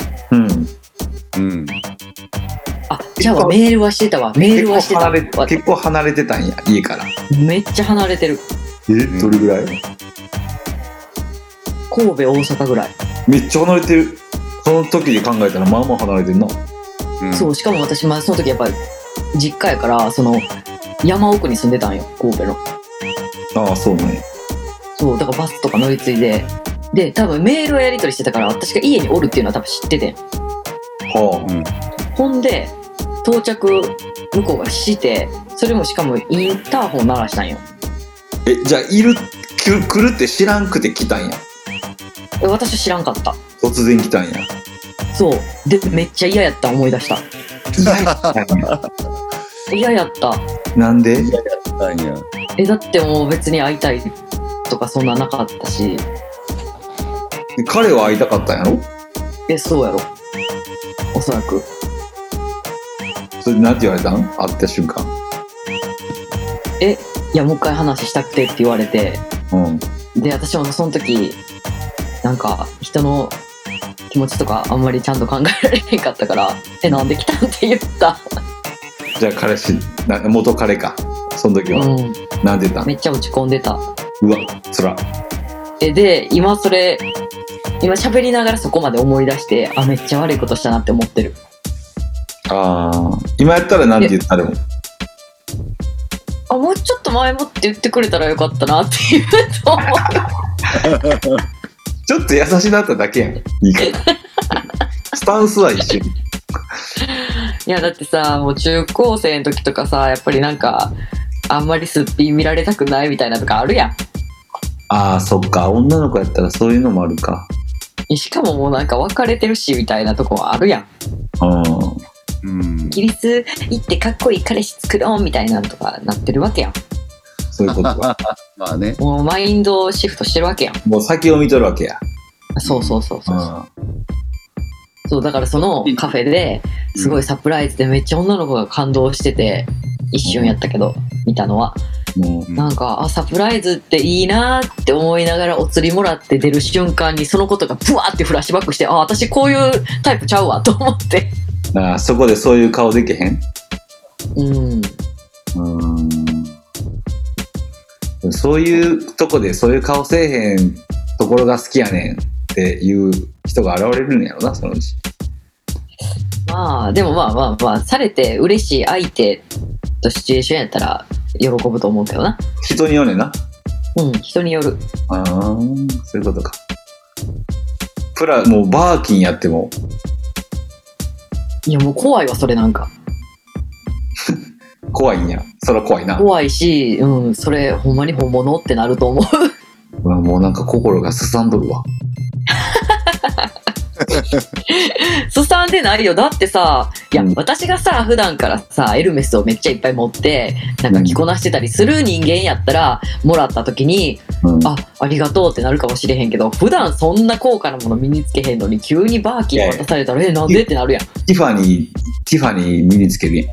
じゃあメールはしてたわ。結構離れてたんや、家から。 めっちゃ離れてる。 どれぐらい？ 神戸、大阪ぐらい。 めっちゃ離れてる。その時で考えたらまあまあ離れてるな。 そう、しかも私、その時やっぱり実家やから、その山奥に住んでたんよ、神戸の。 ああ、そうね。 そう、だからバスとか乗り継いで、で、多分メールをやり取りしてたから、私が家におるっていうのは多分知ってて。ほんで、到着向こうがして、それもしかもインターホン鳴らしたんよ。 じゃあ来るって知らんくて来たんや。 私は知らんかった。 突然来たんや。 そう。で、めっちゃ嫌やった、思い出した。嫌やった。 なんで？ 嫌やったんや。 だってもう別に会いたいとかそんななかったし。 彼は会いたかったんやろ？ そうやろ。おそらく。 それなんて言われたん？会った瞬間。 いや、もう一回話したくてって言われて。で、私もその時、なんか人の気持ちとかあんまりちゃんと考えられへんかったから、なんで来たんって言った。 じゃあ彼氏、元彼か。その時は。なんで言ったん？ めっちゃ落ち込んでた。 うわ、つら。 で、今喋りながらそこまで思い出して、めっちゃ悪いことしたなって思ってる。 今やったらなんて言ったでも。 もうちょっと前もって言ってくれたらよかったなって言うと思う。 ちょっと優しなっただけやん。いいかスタンスは一緒に。 いやだってさ、もう中高生の時とかさ、やっぱりなんかあんまりすっぴん見られたくないみたいなとかあるやん。 ああ、そっか。女の子やったらそういうのもあるか。 しかももうなんか別れてるしみたいなとこはあるやん。イギリス行ってかっこいい彼氏作ろうみたいなのとかなってるわけやん。 そういうことか。 まあね。 もうマインドシフトしてるわけやん。 もう先を見とるわけや。 そう。そうだからそのカフェですごいサプライズでめっちゃ女の子が感動してて一瞬やったけど見たのは。なんかサプライズっていいなって思いながらお釣りもらって出る瞬間にそのことがブワーってフラッシュバックして私こういうタイプちゃうわと思ってそこでそういう顔できへん。そういうとこでそういう顔せえへんところが好きやねんっていう人が現れるんやろな、そのうち。 まあでもまあされて嬉しい相手とシチュエーションやったら喜ぶと思うけどな。 人によるねんな。 人による。 そういうことか。もうバーキンやっても。 いやもう怖いわそれなんか。 怖いんや。それは怖いな。 怖いし、それほんまに本物ってなると思う。 もうなんか心がすさんどるわ。 すさんでないよ。だってさ、私がさ普段からさエルメスをめっちゃいっぱい持ってなんか着こなしてたりする人間やったら、もらった時に、ありがとうってなるかもしれへんけど、普段そんな高価なもの身につけへんのに急にバーキン渡されたらなんでってなるやん。 ティファニー身につけるやん。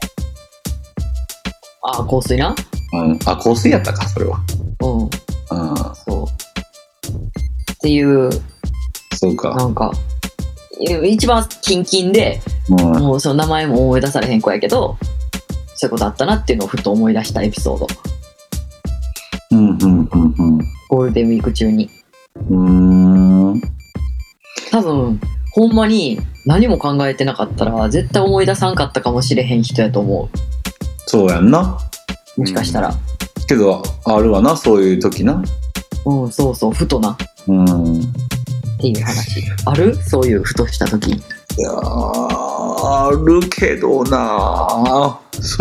香水な。 香水やったかそれは。 そうっていう。 そうか。 なんか一番キンキンで、もうその名前も思い出されへん子やけどそういうことあったなっていうのをふと思い出したエピソード。ゴールデンウィーク中に。多分ほんまに何も考えてなかったら絶対思い出さんかったかもしれへん人やと思う。 そうやんな。 もしかしたら。 けどあるわなそういう時な。 そうふとな。っていう話ある？そういうふとした時。いやあるけどな、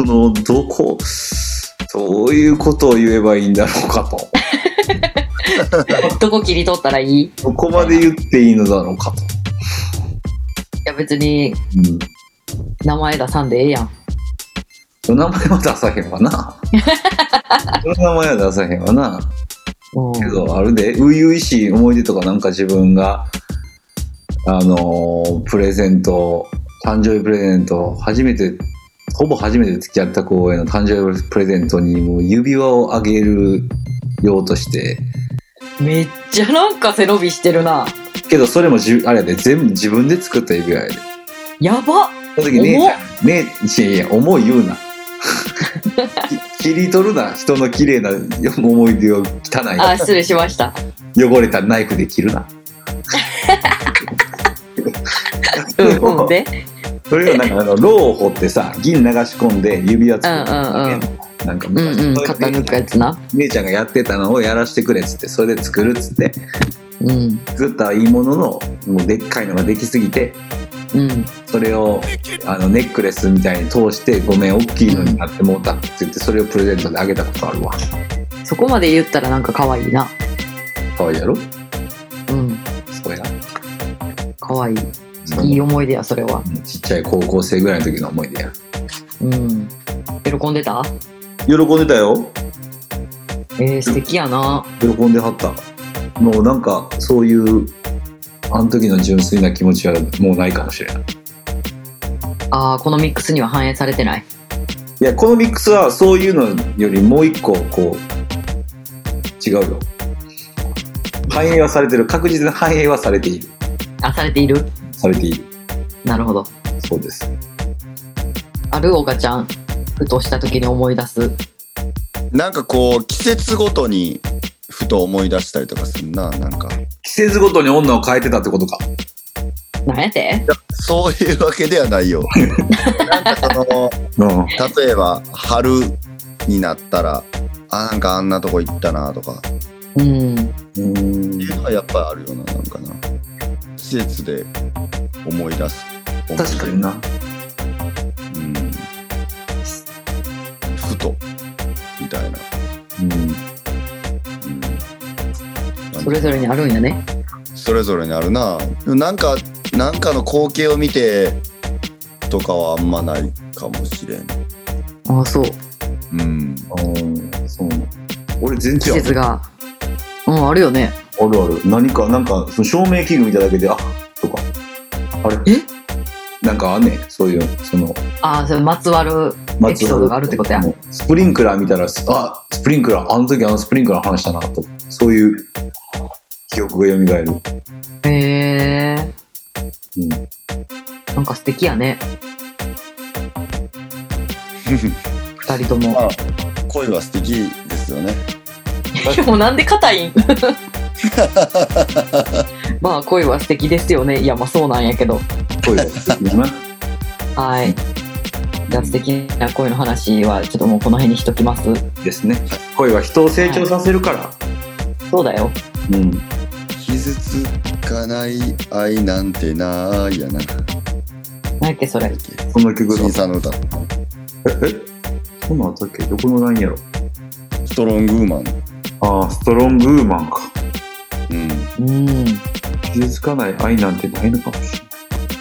どういうことを言えばいいんだろうかと。 どこ切り取ったらいい？ どこまで言っていいのだろうかと。いや別に、名前出さんでええやん。 名前は出さへんわな。名前は出さへんわな。けどあるで、初々しい思い出とか、なんか自分がプレゼント、誕生日プレゼントほぼ初めて付き合った子への誕生日プレゼントにもう指輪をあげるようとして、めっちゃなんか背伸びしてるな。 けどそれもあれやで、全部自分で作った指輪やで。 やばっ。 その時いや重い言うな。切り取るな、人の綺麗な思い出を。汚い。 失礼しました。 汚れたナイフで切るな。 でそれをなんかローを掘ってさ、銀流し込んで指輪作る。なんか昔型抜くやつな。 姉ちゃんがやってたのをやらしてくれっつって、それで作るっつって、作ったいいもののもうでっかいのができすぎて、それをネックレスみたいに通して、ごめん大きいのになってもうたって言って、それをプレゼントであげたことあるわ。 そこまで言ったらなんか可愛いな。 可愛いやろ。そうや。 可愛い。いい思い出やそれは。 ちっちゃい高校生ぐらいの時の思い出や。 喜んでた？ 喜んでたよ。 素敵やな。 喜んではった。もうなんかそういうあの時の純粋な気持ちはもうないかもしれない。 このミックスには反映されてない？ いや、このミックスはそういうのよりもう一個こう違うよ。反映はされてる。確実な反映はされている。 されている？ されている。 なるほど。 そうです。 ある？おかちゃん、ふとした時に思い出す。 なんかこう季節ごとにふと思い出したりとかするな。なんか季節ごとに女を変えてたってことか。 なんやて？ そういうわけではないよ。なんか例えば春になったらなんかあんなとこ行ったなとかっていうのはやっぱりあるよな。なんかな、季節で思い出す。 確かにな。 ふとみたいな。 それぞれにあるんやね。 それぞれにあるな。なんかの光景を見てとかはあんまないかもしれん。 ああ、そう。 そう。俺全季然節が。あるよね。 あるある。なんかその照明器具見ただけでとか。あれ？なんかね、そういうその。 それまつわるエピソードがあるってことや。 スプリンクラー見たらスプリンクラーあの時スプリンクラー話したなと、そういう記憶が蘇る。 へえ。なんか素敵やね。二人とも。 まあ恋は素敵ですよね。 もうなんで硬いん？まあ恋は素敵ですよね。いやまあそうなんやけど。 恋は素敵だな。 はい。じゃあ素敵な恋の話はちょっともうこの辺にしときます。 ですね。恋は人を成長させるから。 そうだよ。 傷つかない愛なんてないやな。 何やっけそれ。 そんな曲だ。 新さんの歌。 そんなんあったっけ？どこのラインやろ。 ストロングウーマン。 ストロングウーマンか。傷つかない愛なんてないのかもしれない。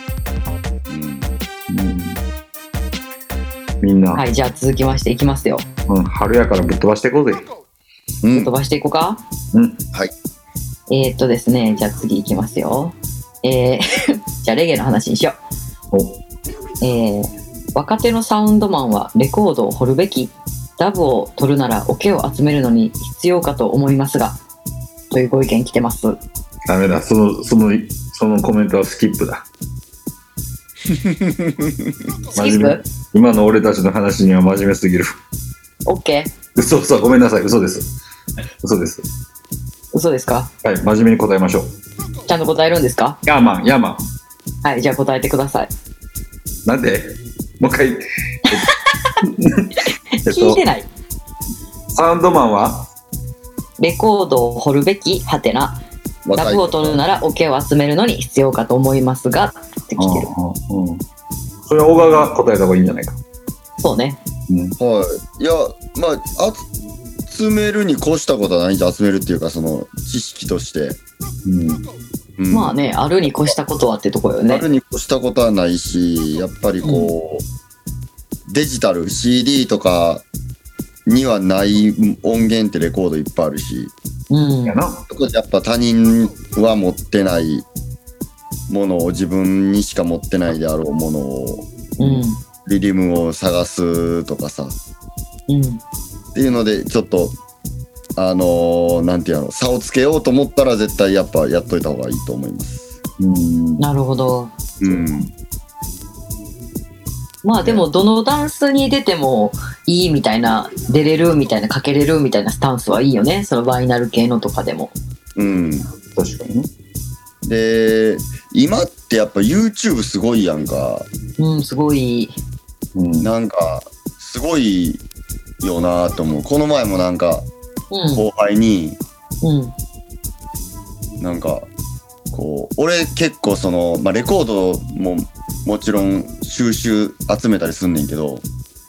みんな。 はい、じゃあ続きましていきますよ。 春やからぶっ飛ばしていこうぜ。 ぶっ飛ばしていこうか。 はい。 ですね、じゃあ次いきますよ。じゃあレゲエの話にしよう。若手のサウンドマンはレコードを掘るべき。ダブを取るならオケを集めるのに必要かと思いますが、というご意見来てます。 ダメだ、そのコメントはスキップだ。 スキップ？ 今の俺たちの話には真面目すぎる。 オッケー。 嘘、ごめんなさい、嘘です。嘘ですか？はい、真面目に答えましょう。 ちゃんと答えるんですか？ ヤーマン。 はい、じゃあ答えてください。 なんで？もう一回。 聞いてない。 サウンドマンはレコードを掘るべきハテナ。ダブを取るならオケを集めるのに必要かと思いますがって来てる。 それは小川が答えた方がいいんじゃないか。 そうね。 はい。いや、まあ集めるに越したことはないんじゃ、集めるっていうかその知識として。 まあね、あるに越したことはってとこよね。 あるに越したことはないし、やっぱりこう、デジタル CD とかにはない音源ってレコードいっぱいあるし、やっぱ他人は持ってないものを自分にしか持ってないであろうものを、リリムを探すとかさ、っていうのでちょっとなんていうの、差をつけようと思ったら絶対やっぱやっといた方がいいと思います。 なるほど。まあでもどのダンスに出てもいいみたいな、出れるみたいな、かけれるみたいなスタンスはいいよね。そのバイナル系のとかでも。 確かにね。 で、今ってやっぱ YouTube すごいやんか。 すごい。 なんかすごいよなと思う。この前もなんか後輩に、なんかこう俺結構その、レコードももちろん収集集めたりすんねんけど、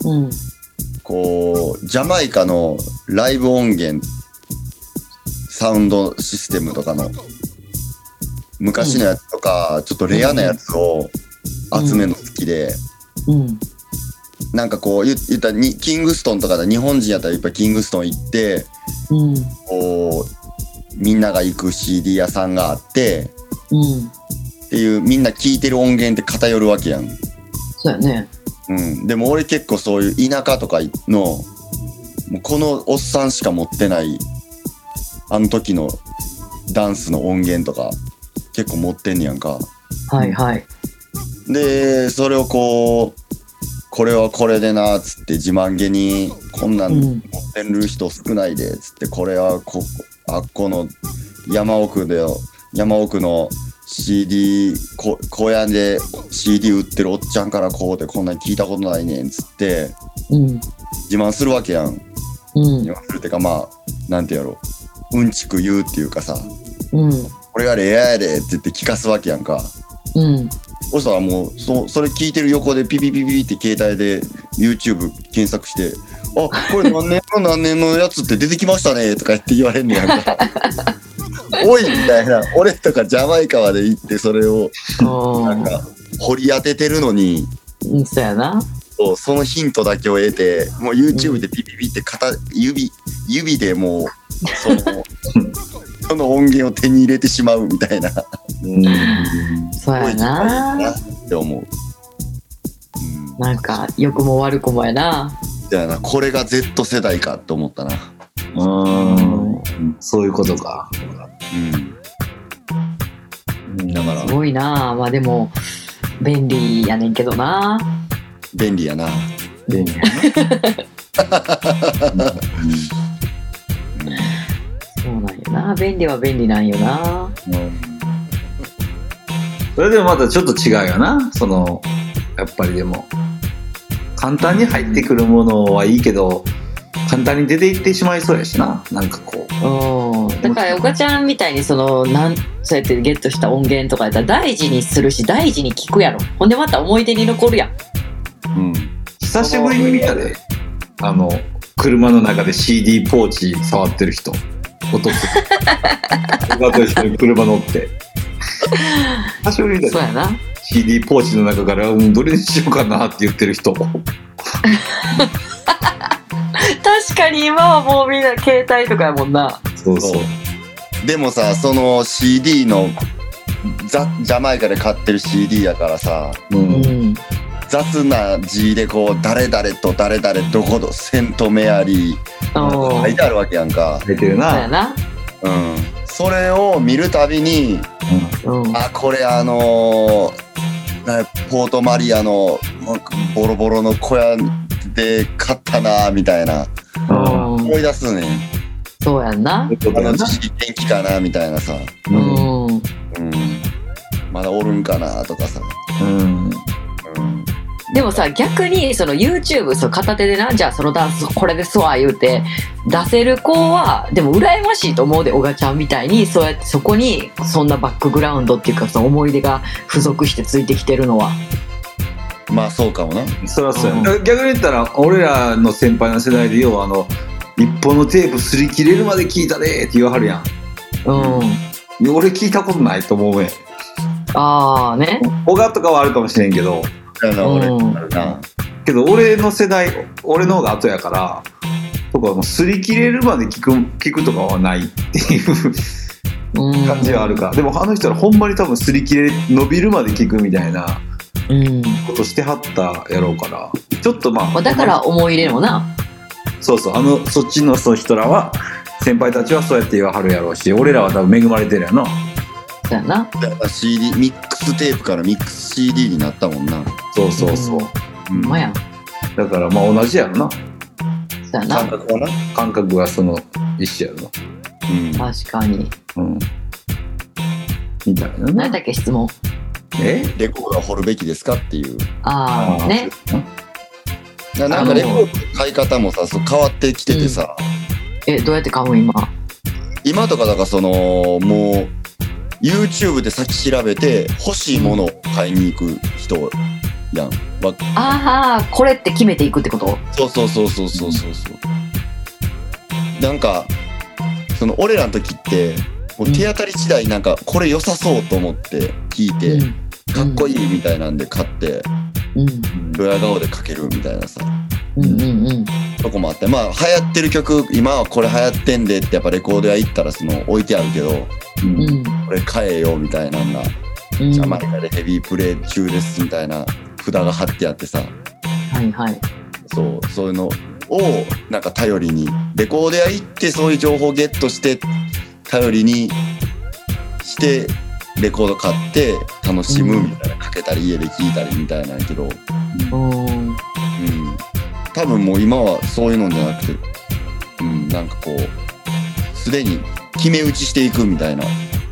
こうジャマイカのライブ音源サウンドシステムとかの昔のやつとか、ちょっとレアなやつを集めるの好きで、なんかこう言ったらキングストンとかで日本人やったらやっぱキングストン行って、こうみんなが行く CD 屋さんがあって、っていうみんな聴いてる音源って偏るわけやん。 そうやね。 でも俺結構そういう田舎とかのもうこのおっさんしか持ってないあの時のダンスの音源とか結構持ってんねやんか。 はいはい。 でそれをこうこれはこれでなっつって自慢げにこんなん持ってる人少ないでっつって、これはあっこの山奥の CD 小屋で CD 売ってるおっちゃんからこうでこんなに聞いたことないねんつって、自慢するわけやん。自慢するってか、まあなんてやろう、うんちく言うっていうかさ、これがレアやでって言って聞かすわけやんか。そしたらもうそれ聞いてる横でピピピピって携帯で YouTube 検索して、あ、これ何年のやつって出てきましたねとか言って言われんねやんか。 おいみたいな、俺とかジャマイカまで行ってそれをなんか掘り当ててるのに、 そうやな。 そのヒントだけを得て、もう YouTube でピピピって指でもうその音源を手に入れてしまうみたいな。 そうやなって思う。 なんか良くも悪くもやな。 だよな、これが Z 世代かって思ったな。 そういうことか。 だからすごいな。まあでも便利やねんけどな。 便利やな。 便利やそうなんよな。便利は便利なんよな。 それでもまたちょっと違うよな。そのやっぱりでも簡単に入ってくるものはいいけど、簡単に出ていってしまいそうやしな。なんかこう。 だからおかちゃんみたいにそうやってゲットした音源とかやったら大事にするし、大事に聞くやろ。ほんでまた思い出に残るやん。 久しぶりに見たで、車の中で CD ポーチ触ってる人、音とと一緒に車乗って久しぶりに見たで。 そうやな。 CD ポーチの中からどれにしようかなって言ってる人。 確かに今はもうみんな携帯とかやもんな。 そうそう。 でもさ、その CD のジャマイカで買ってる CD やからさ、雑な字でこう誰々と誰々どこどセントメアリー書いてあるわけやんか。 書いてるな。 そうやな。 それを見るたびに、あ、これポートマリアのボロボロの小屋で買ったなみたいな思い出すねん。 そうやんな。 知識元気かなみたいなさ、まだおるんかなとかさ。 でもさ、逆にその YouTube 片手でな、じゃあそのダンスこれですわ言うて出せる子はでも羨ましいと思うで、おがちゃんみたいにそうやってそこにそんなバックグラウンドっていうかその思い出が付属してついてきてるのは。 まあそうかもな。 そりゃそうや。逆に言ったら俺らの先輩の世代で要は一本のテープ擦り切れるまで聞いたでって言わはるやん。俺聞いたことないと思うね。 ああね。 小川とかはあるかもしれんけど。けど俺の世代、俺の方が後やからとかもう擦り切れるまで聞くとかはないっていう感じはあるから。でもあの人らほんまに多分擦り切れ伸びるまで聞くみたいなことしてはったやろうから、ちょっとまあだから思い入れもな。 そうそう、そっちの人らは先輩たちはそうやって言わはるやろうし、俺らは多分恵まれてるやな。 そうやな。 CD ミックステープからミックス CD になったもんな。 そうそうそう。 まや。 だからまあ同じやろな。 そうやな。 感覚はその一緒やろな。確かに。 みたいな。 何だっけ質問。 レコードは掘るべきですかっていう。 ああね。 なんかレコードの買い方もさ、変わってきててさ。 どうやって買う今とかだからもう YouTube で先調べて欲しいものを買いに行く人やん。 ああ、これって決めていくってこと？ そう。なんか俺らの時ってもう手当たり次第なんかこれ良さそうと思って聞いて、かっこいいみたいなんで買って、ドヤ顔でかけるみたいなさ。とこもあって、まあ流行ってる曲今はこれ流行ってんでってやっぱレコード屋行ったら置いてあるけど、これ買えよみたいなんが、ジャマイカでヘビープレイ中ですみたいな札が貼ってあってさ、そういうのをなんか頼りにレコード屋行ってそういう情報をゲットして頼りにしてレコード買って楽しむみたいな、かけたり家で聴いたりみたいなんやけど、多分もう今はそういうのじゃなくて、なんかこうすでに決め打ちしていくみたいな、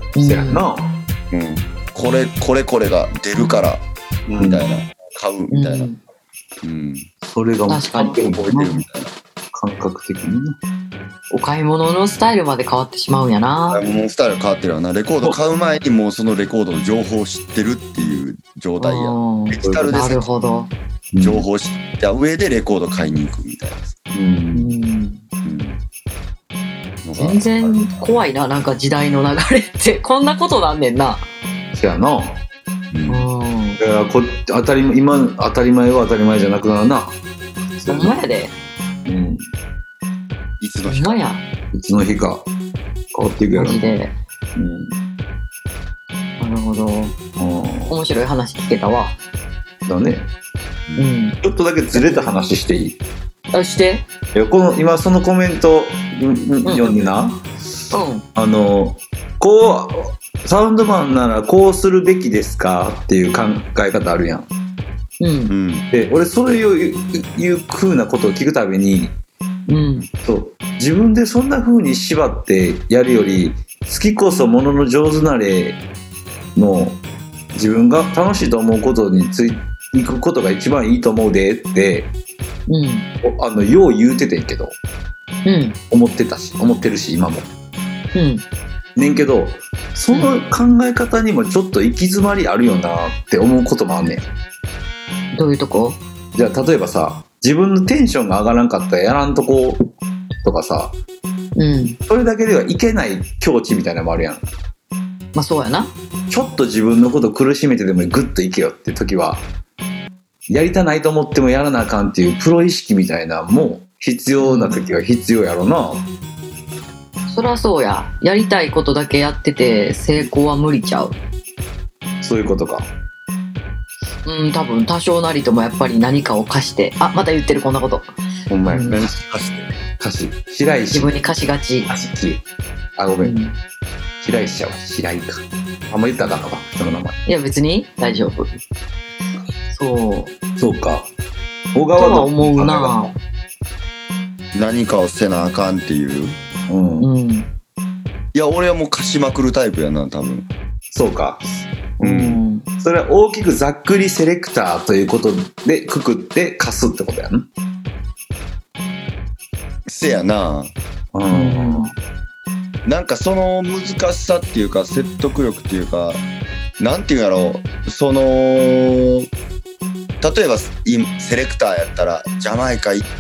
これが出るからみたいな、買うみたいな、 それが確かに覚えてるみたいな、 感覚的にね。 お買い物のスタイルまで変わってしまうんやな。 買い物のスタイル変わってるよな。レコード買う前にもうそのレコードの情報を知ってるっていう状態や。デジタルでなるほど。 情報を知った上でレコード買いに行くみたいな。 全然怖いな、なんか時代の流れってこんなことなんねんな。 そやな。 うんだから今当たり前は当たり前じゃなくなるな。 ほんまやで。 うん。 いつの日か。 ほんまや。 いつの日か変わっていくやろ。 マジで。 うん。 なるほど。面白い話聞けたわ。 だね。 うん。 ちょっとだけずれた話していい？ あ、して。 いや今そのコメント読んでな、こうサウンドマンならこうするべきですかっていう考え方あるやん。で俺それいう風なことを聞くたびに、そう自分でそんな風に縛ってやるより好きこそものの上手なれの自分が楽しいと思うことに行くことが一番いいと思うでってよう言うててんけど、思ってるし今も、ねんけどその考え方にもちょっと行き詰まりあるよなって思うこともあんねん。 どういうとこ？ じゃあ例えばさ、自分のテンションが上がらんかったらやらんとことかさ、それだけではいけない境地みたいなのもあるやん。 まあそうやな。 ちょっと自分のこと苦しめてでもグッといけよって時はやりたないと思ってもやらなあかんっていうプロ意識みたいなのも必要な時は必要やろな。 そりゃそうや。やりたいことだけやってて成功は無理ちゃう。 そういうことか。 多分多少なりともやっぱり何かを課して、また言ってるこんなこと。 ほんまや。 何しかして歌詞白石自分に課しがち。 ごめん、白石ちゃうわ。白井か。あんま言ったらあかんのか人の名前。 いや別に大丈夫。 そうか。小と川のは思うな。 何かをせなあかんっていう。いや俺はもう貸しまくるタイプやな多分。 そうか。それは大きくざっくりセレクターということでくくって貸すってことやな。 せやな。なんかその難しさっていうか説得力っていうかなんていうんやろう、例えばセレクターやったらジャマイカ行って、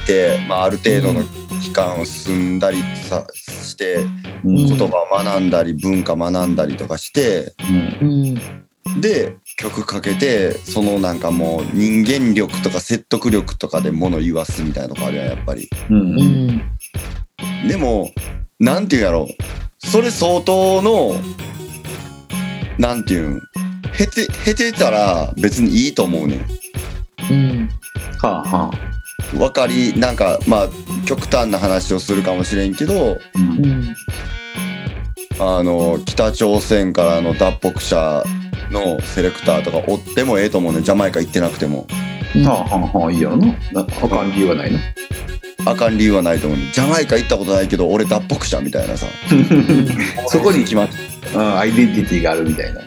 ある程度の期間を住んだりして言葉を学んだり文化学んだりとかして、で曲かけてそのなんかもう人間力とか説得力とかで物言わすみたいなのがあるやんやっぱり。でもなんていうんやろ、それ相当のなんていうん経てたら別にいいと思うねん。わかりなんか極端な話をするかもしれんけど、北朝鮮からの脱北者のセレクターとか追ってもええと思うね。ジャマイカ行ってなくても。 いいやろな。あかん理由はないな。 あかん理由はないと思うね。ジャマイカ行ったことないけど俺脱北者みたいなさ。 そこに決まってアイデンティティがあるみたいな。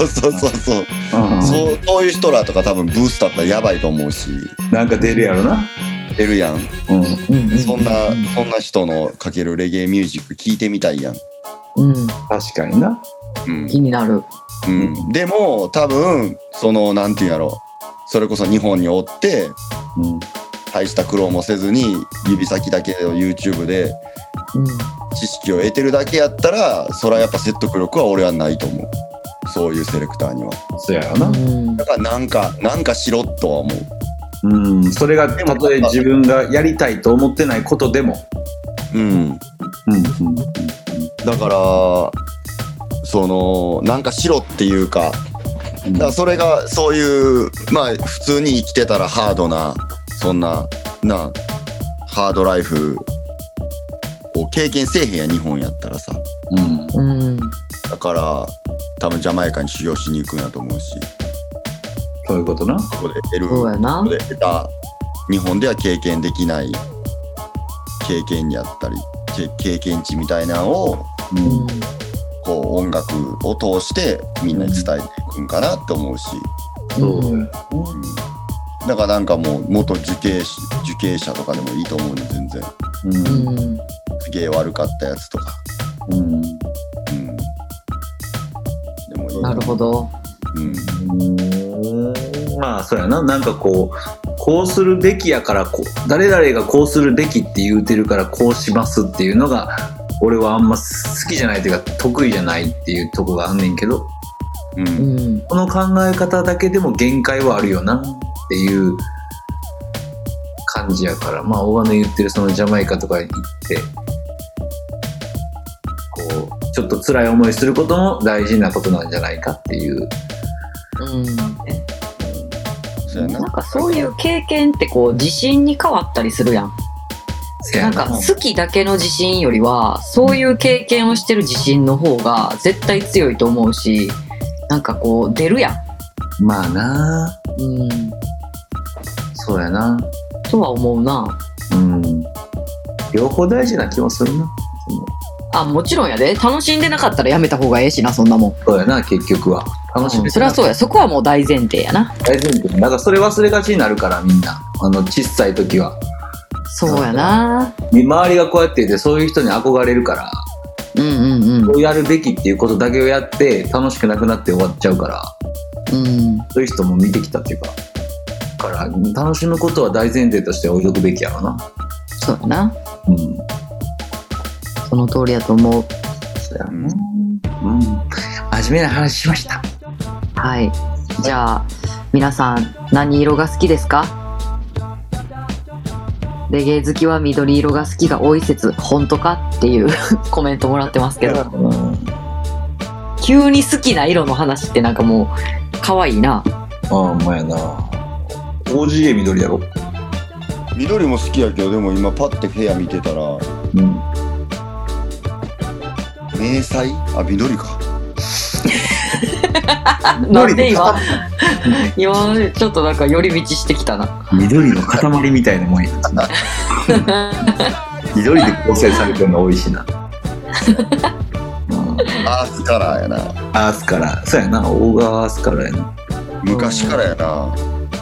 そういう人らとか多分ブースだったらやばいと思うし。なんか出るやろな。 出るやん。そんな人のかけるレゲエミュージック聞いてみたいやん。 確かにな。 気になる。 でも多分なんていうんやろ、それこそ日本におって、大した苦労もせずに指先だけを YouTube で知識を得てるだけやったら、それはやっぱ説得力は俺はないと思う。そういうセレクターには。 そうやろな。 だからなんかしろとは思う。それがたとえ自分がやりたいと思ってないことでも。 だからなんかしろっていうか、だからそれがそういう普通に生きてたらハードなそんなハードライフを経験せえへんや日本やったらさ。だから多分ジャマイカに修行しに行くんやと思うし。 そういうことな。 ここで得た日本では経験できない経験にあったり経験値みたいなのを、音楽を通してみんなに伝えていくんかなって思うし。だからなんかもう元受刑者とかでもいいと思うね全然。すげえ悪かったやつとか。でもいいなるほど。 そうやな。なんかこうするべきやから誰々がこうするべきって言うてるからこうしますっていうのが俺はあんま好きじゃないというか得意じゃないっていうとこがあんねんけど、この考え方だけでも限界はあるよなっていう感じやから、まあ大金言ってるそのジャマイカとか行ってこうちょっと辛い思いすることも大事なことなんじゃないかっていう。 なんかそういう経験ってこう自信に変わったりするやん。なんか好きだけの自信よりはそういう経験をしてる自信の方が絶対強いと思うし、なんかこう出るやん。 まあな。そうやな。 とは思うな。 両方大事な気もするな。 もちろんやで。楽しんでなかったらやめた方がええしな、そんなもん。 そうやな、結局は。楽しんでそりゃそうや。そこはもう大前提やな。 大前提。だからそれ忘れがちになるから、みんな。小さい時は。 そうやな。 周りがこうやっていて、そういう人に憧れるから、こうやるべきっていうことだけをやって、楽しくなくなって終わっちゃうから、そういう人も見てきたっていうか、だから楽しむことは大前提として置いとくべきやろな。 そうやな。その通りやと思う。 そうやな。真面目な話しました。 はい。じゃあ皆さん何色が好きですか？レゲエ好きは緑色が好きが多い説本当かっていうコメントもらってますけど、急に好きな色の話ってなんかもう可愛いな。 ほんまやな。OGA 緑やろ。 緑も好きやけど、でも今パッて部屋見てたら、迷彩？緑か。 なんで今ちょっとなんか寄り道してきたな。 緑の塊みたいなもんや緑で構成されてるの多いしな。 アースカラーやな。 アースカラー。そうやな。大川アースカラーやな。 昔からやな。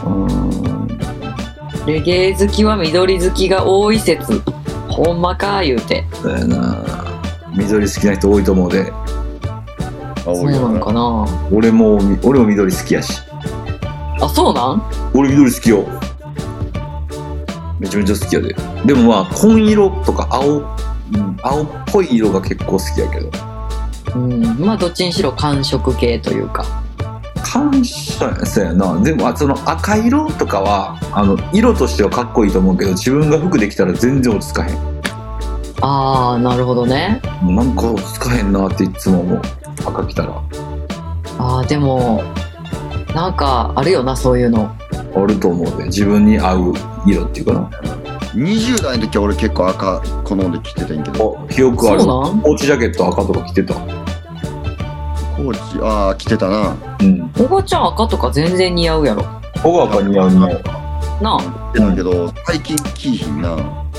レゲエ好きは緑好きが多い説ほんまか言うて。 そうやな。緑好きな人多いと思うで。 そうなんかな。 俺も緑好きやし。 そうなん？ 俺緑好きよ。めちゃめちゃ好きやで。でもまあ紺色とか青っぽい色が結構好きやけど。 まあどっちにしろ寒色系というか。 そうやな。でもその赤色とかは色としてはかっこいいと思うけど、自分が服できたら全然落ち着かへん。 なるほどね。 なんか落ち着かへんなっていつも思う。赤着たら。 でもなんかあるよな、そういうの。 あると思うで。自分に合う色っていうかな。 20代の時は俺結構赤好んで着てたんやけど。 記憶ある。コーチジャケット赤とか着てた。 コーチ着てたな。 おばちゃん赤とか全然似合うやろ。 おが赤似合うな。 なあ。だけど最近着いひんな。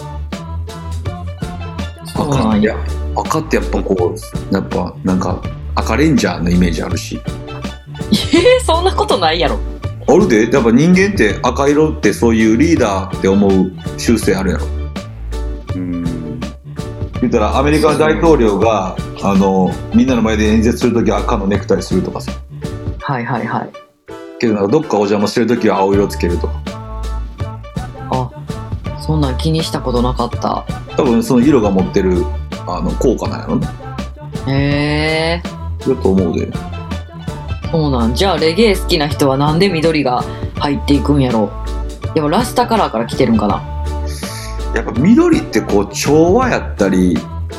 赤ってやっぱこうやっぱなんか赤レンジャーのイメージあるし。 そんなことないやろ。 あるで。やっぱ人間って赤色ってそういうリーダーって思う習性あるやろ。言ったらアメリカ大統領がみんなの前で演説するときは赤のネクタイするとかさ。けどなんかどっかお邪魔してるときは青色つけるとか。 そんなん気にしたことなかった。 多分その色が持ってる効果なんやろね。 へえ。 だと思うで。 そうなん。じゃあレゲエ好きな人はなんで緑が入っていくんやろ。やっぱラスタカラーから来てるんかな。 やっぱ緑ってこう調和やったり、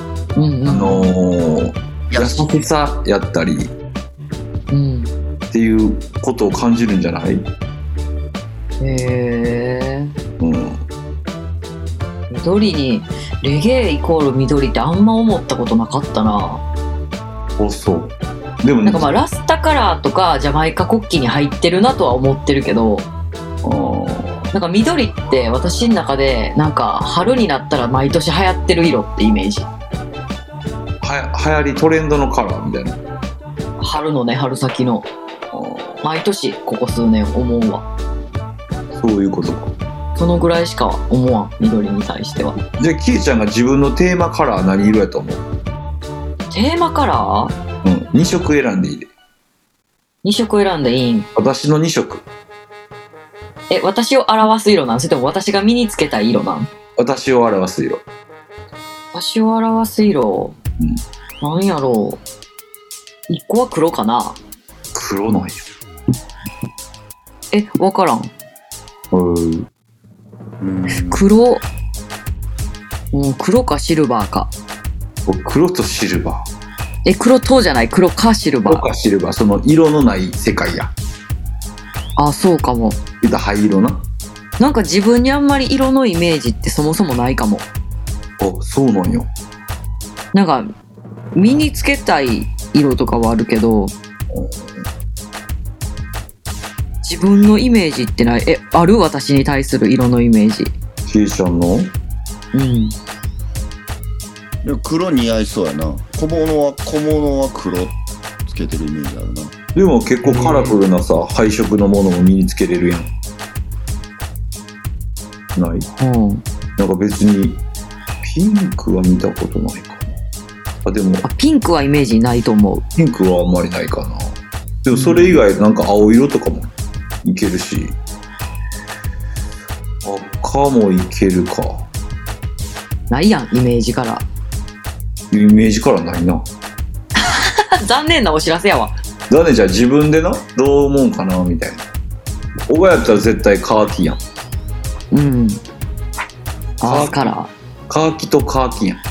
優しさやったり、っていうことを感じるんじゃない？ 緑にレゲエイコール緑ってあんま思ったことなかったな。 そう。でもね、 なんかまあラスタカラーとかジャマイカ国旗に入ってるなとは思ってるけど、なんか緑って私の中でなんか春になったら毎年流行ってる色ってイメージ。 流行りトレンドのカラーみたいな。 春のね、春先の毎年ここ数年思うわ。 そういうことか。 そのぐらいしか思わん、緑に対しては。 じゃあキイちゃんが自分のテーマカラー何色やと思う？ テーマカラー ？2色選んでいいで。 2色選んでいいん？ 私の2色。 私を表す色なん？それとも私が身につけたい色なん？ 私を表す色。 私を表す色、なんやろう。一個は黒かな。 黒なんや。 わからん。 うん黒、黒かシルバーか。 黒とシルバー。 黒とじゃない、黒かシルバ黒ー。 かシルバー、その色のない世界や。 あ、そうかも。 言うたら灰色な。 なんか自分にあんまり色のイメージってそもそもないかも。 あ、そうなんや。 なんか身につけたい色とかはあるけど、自分のイメージってない。ある？私に対する色のイメージ。 キエちゃんの？ でも黒似合いそうやな。小物は黒つけてるイメージあるな。 でも結構カラフルなさ、配色のものも身につけれるやん。ない？なんか別にピンクは見たことないかな。あ、でもピンクはイメージないと思う。 ピンクはあんまりないかな。でもそれ以外なんか青色とかもいけるし、赤もいけるか。 ないやん、イメージからイメージからないな。 残念なお知らせやわ。 だね、じゃあ自分でな、どう思うんかなみたいな。おばやったら絶対カーキやん。 アースカラカーキとカーキやん。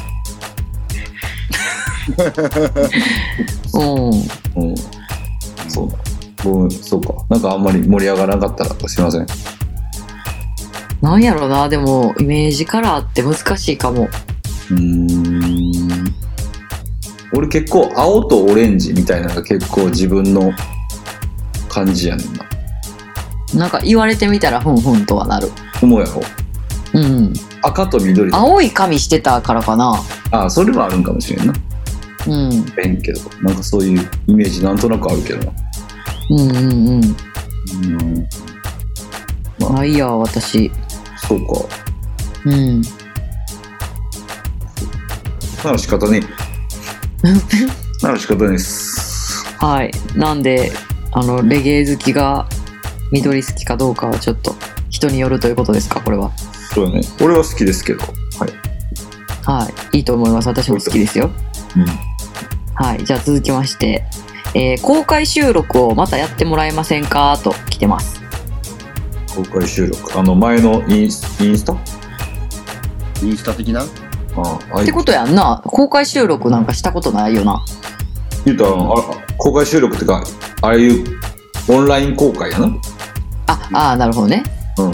そうだ。そうか。なんかあんまり盛り上がらなかったらすいません。 なんやろな。でもイメージカラーって難しいかも。 俺結構青とオレンジみたいなのが結構自分の感じやねんな。 なんか言われてみたらふんふんとはなる。 思うやろ。赤と緑。 青い髪してたからかな。 ああ、それもあるんかもしれんな。けど、なんかそういうイメージなんとなくあるけどな。 まあいいや、私。 そうか。なら仕方ねえ。なら仕方ねえっす。 はい。なんで、レゲエ好きが緑好きかどうかはちょっと人によるということですか、これは。 そうだね。俺は好きですけど。 はい。いいと思います。私も好きですよ。はい。じゃあ続きまして、公開収録をまたやってもらえませんかと来てます。 公開収録。前のインスタ的な？ ってことやんな。公開収録なんかしたことないよな。 言うたら公開収録ってか、ああいうオンライン公開やな。 なるほどね。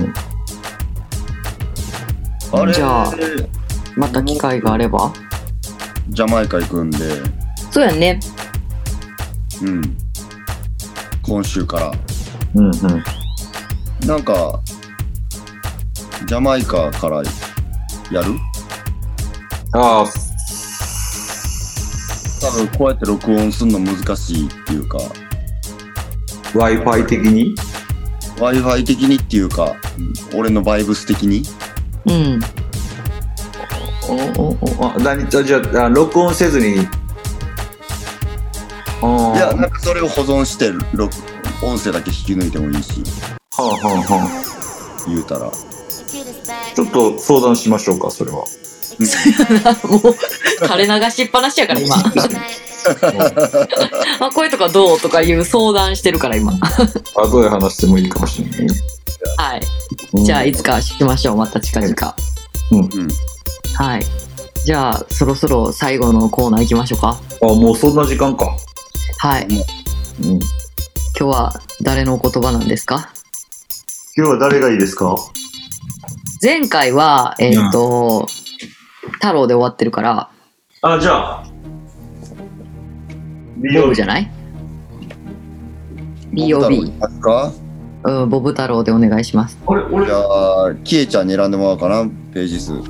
あれじゃあまた機会があればジャマイカ行くんで。 そうやね。 今週からうんなんかジャマイカからやる？ ああ、 多分こうやって録音するの難しいっていうか Wi-Fi 的に Wi-Fi 的にっていうか、俺のバイブス的に。 じゃあ録音せずに。 いや、なんかそれを保存して音声だけ引き抜いてもいいし、言うたらちょっと相談しましょうか、それは。 もう垂れ流しっぱなしやから今。こういうとかどうとかいう相談してるから今。 後で話してもいいかもしれない。 はい。じゃあいつかしましょう、また近々。はい。じゃあそろそろ最後のコーナー行きましょうか。 もうそんな時間か。 はい。今日は誰のお言葉なんですか？ 今日は誰がいいですか？ 前回は太郎で終わってるから。 じゃあボブじゃない？ BOB。ボブ太郎でお願いします。 じゃあキエちゃんに選んでもらおうかな、ページ数。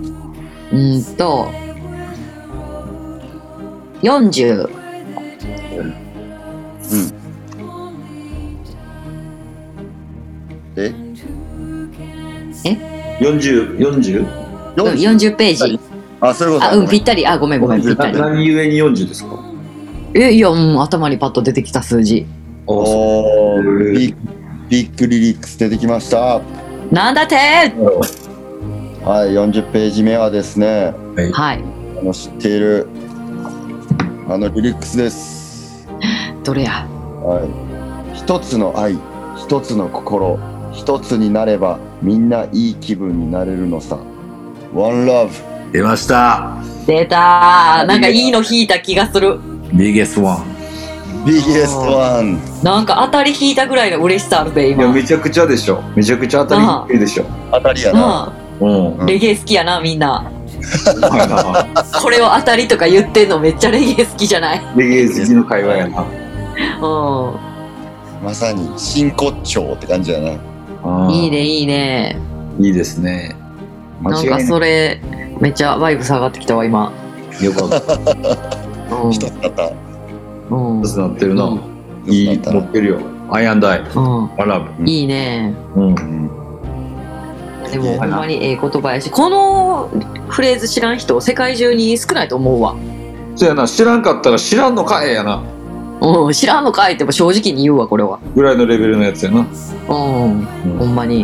40。40ページ。 そういうこと。 ぴったり。ごめん、ぴったり。 何故に40ですか？ いや、頭にパッと出てきた数字。 ビッグリリックス出てきました。 なんだって。 はい、40ページ目はですね、 はい。 知っているリリックスです。 どれや。 はい。一つの愛、一つの心、一つになればみんないい気分になれるのさ。One Love。 出ました。 出たー。なんかいいの引いた気がする。 Biggest one。 Biggest one。 なんか当たり引いたぐらいの嬉しさあるで、 いや、 今。 めちゃくちゃでしょ。めちゃくちゃ当たり低いでしょ。 当たりやな。 うん。 レゲエ好きやな、みんな。 はいなこれを当たりとか言ってんのめっちゃレゲエ好きじゃない。 レゲエ好きの会話やな。 うまさに真骨頂って感じやな。 ん。いいね、いいね。 いいですね。 なんかそれ、めっちゃバイブ下がってきたわ、今。 よかった。 うん。 一つだった。 うん。 一つなってるな。 うんいい、持ってるよ。アイアンダイ。ワラブ。 いいね。 うん。 でもほんまにええ言葉やし、このフレーズ知らん人世界中に少ないと思うわ。 そうやな、知らんかったら知らんのかいやな。 うん、知らんのかいっても正直に言うわ、これは。 ぐらいのレベルのやつやな。 うん、ほんまに。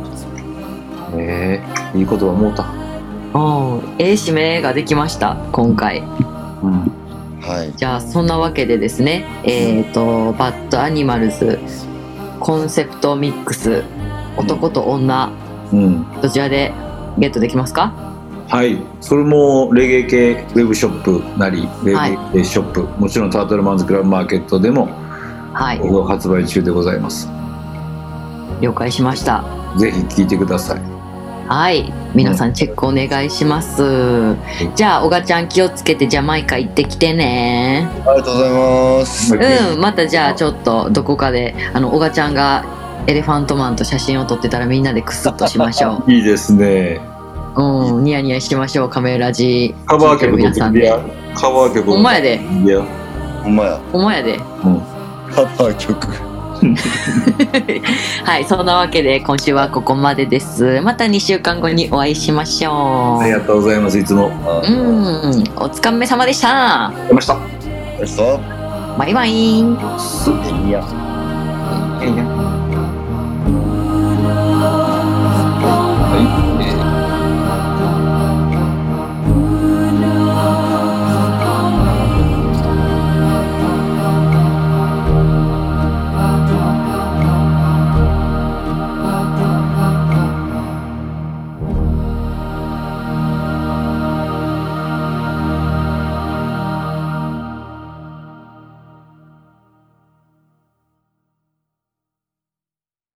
いい言葉思うた。 ええ締めができました、今回。 はい。 じゃあ、そんなわけでですね、バッドアニマルズコンセプトミックス、男と女、どちらでゲットできますか？ はい、それもレゲエ系ウェブショップなりウェブショップ、もちろんタートルマンズクラブマーケットでも発売中でございます。 了解しました。 ぜひ聴いてください。 はい、皆さんチェックお願いします。じゃあ、おがちゃん気をつけてジャマイカ行ってきてね。 ありがとうございます。 またじゃあちょっとどこかでおがちゃんがエレファントマンと写真を撮ってたらみんなでクスッとしましょう。いいですね。 ニヤニヤしましょう。カメラジカバー曲皆さんで。カバー曲。 ほんまやで。 いや、ほんまや。 ほんまやで。 カバー曲。 はい、そんなわけで今週はここまでです。また2週間後にお会いしましょう。 ありがとうございます。いつも。 お疲れ様でした。 出ました。 バイバイ。 いや。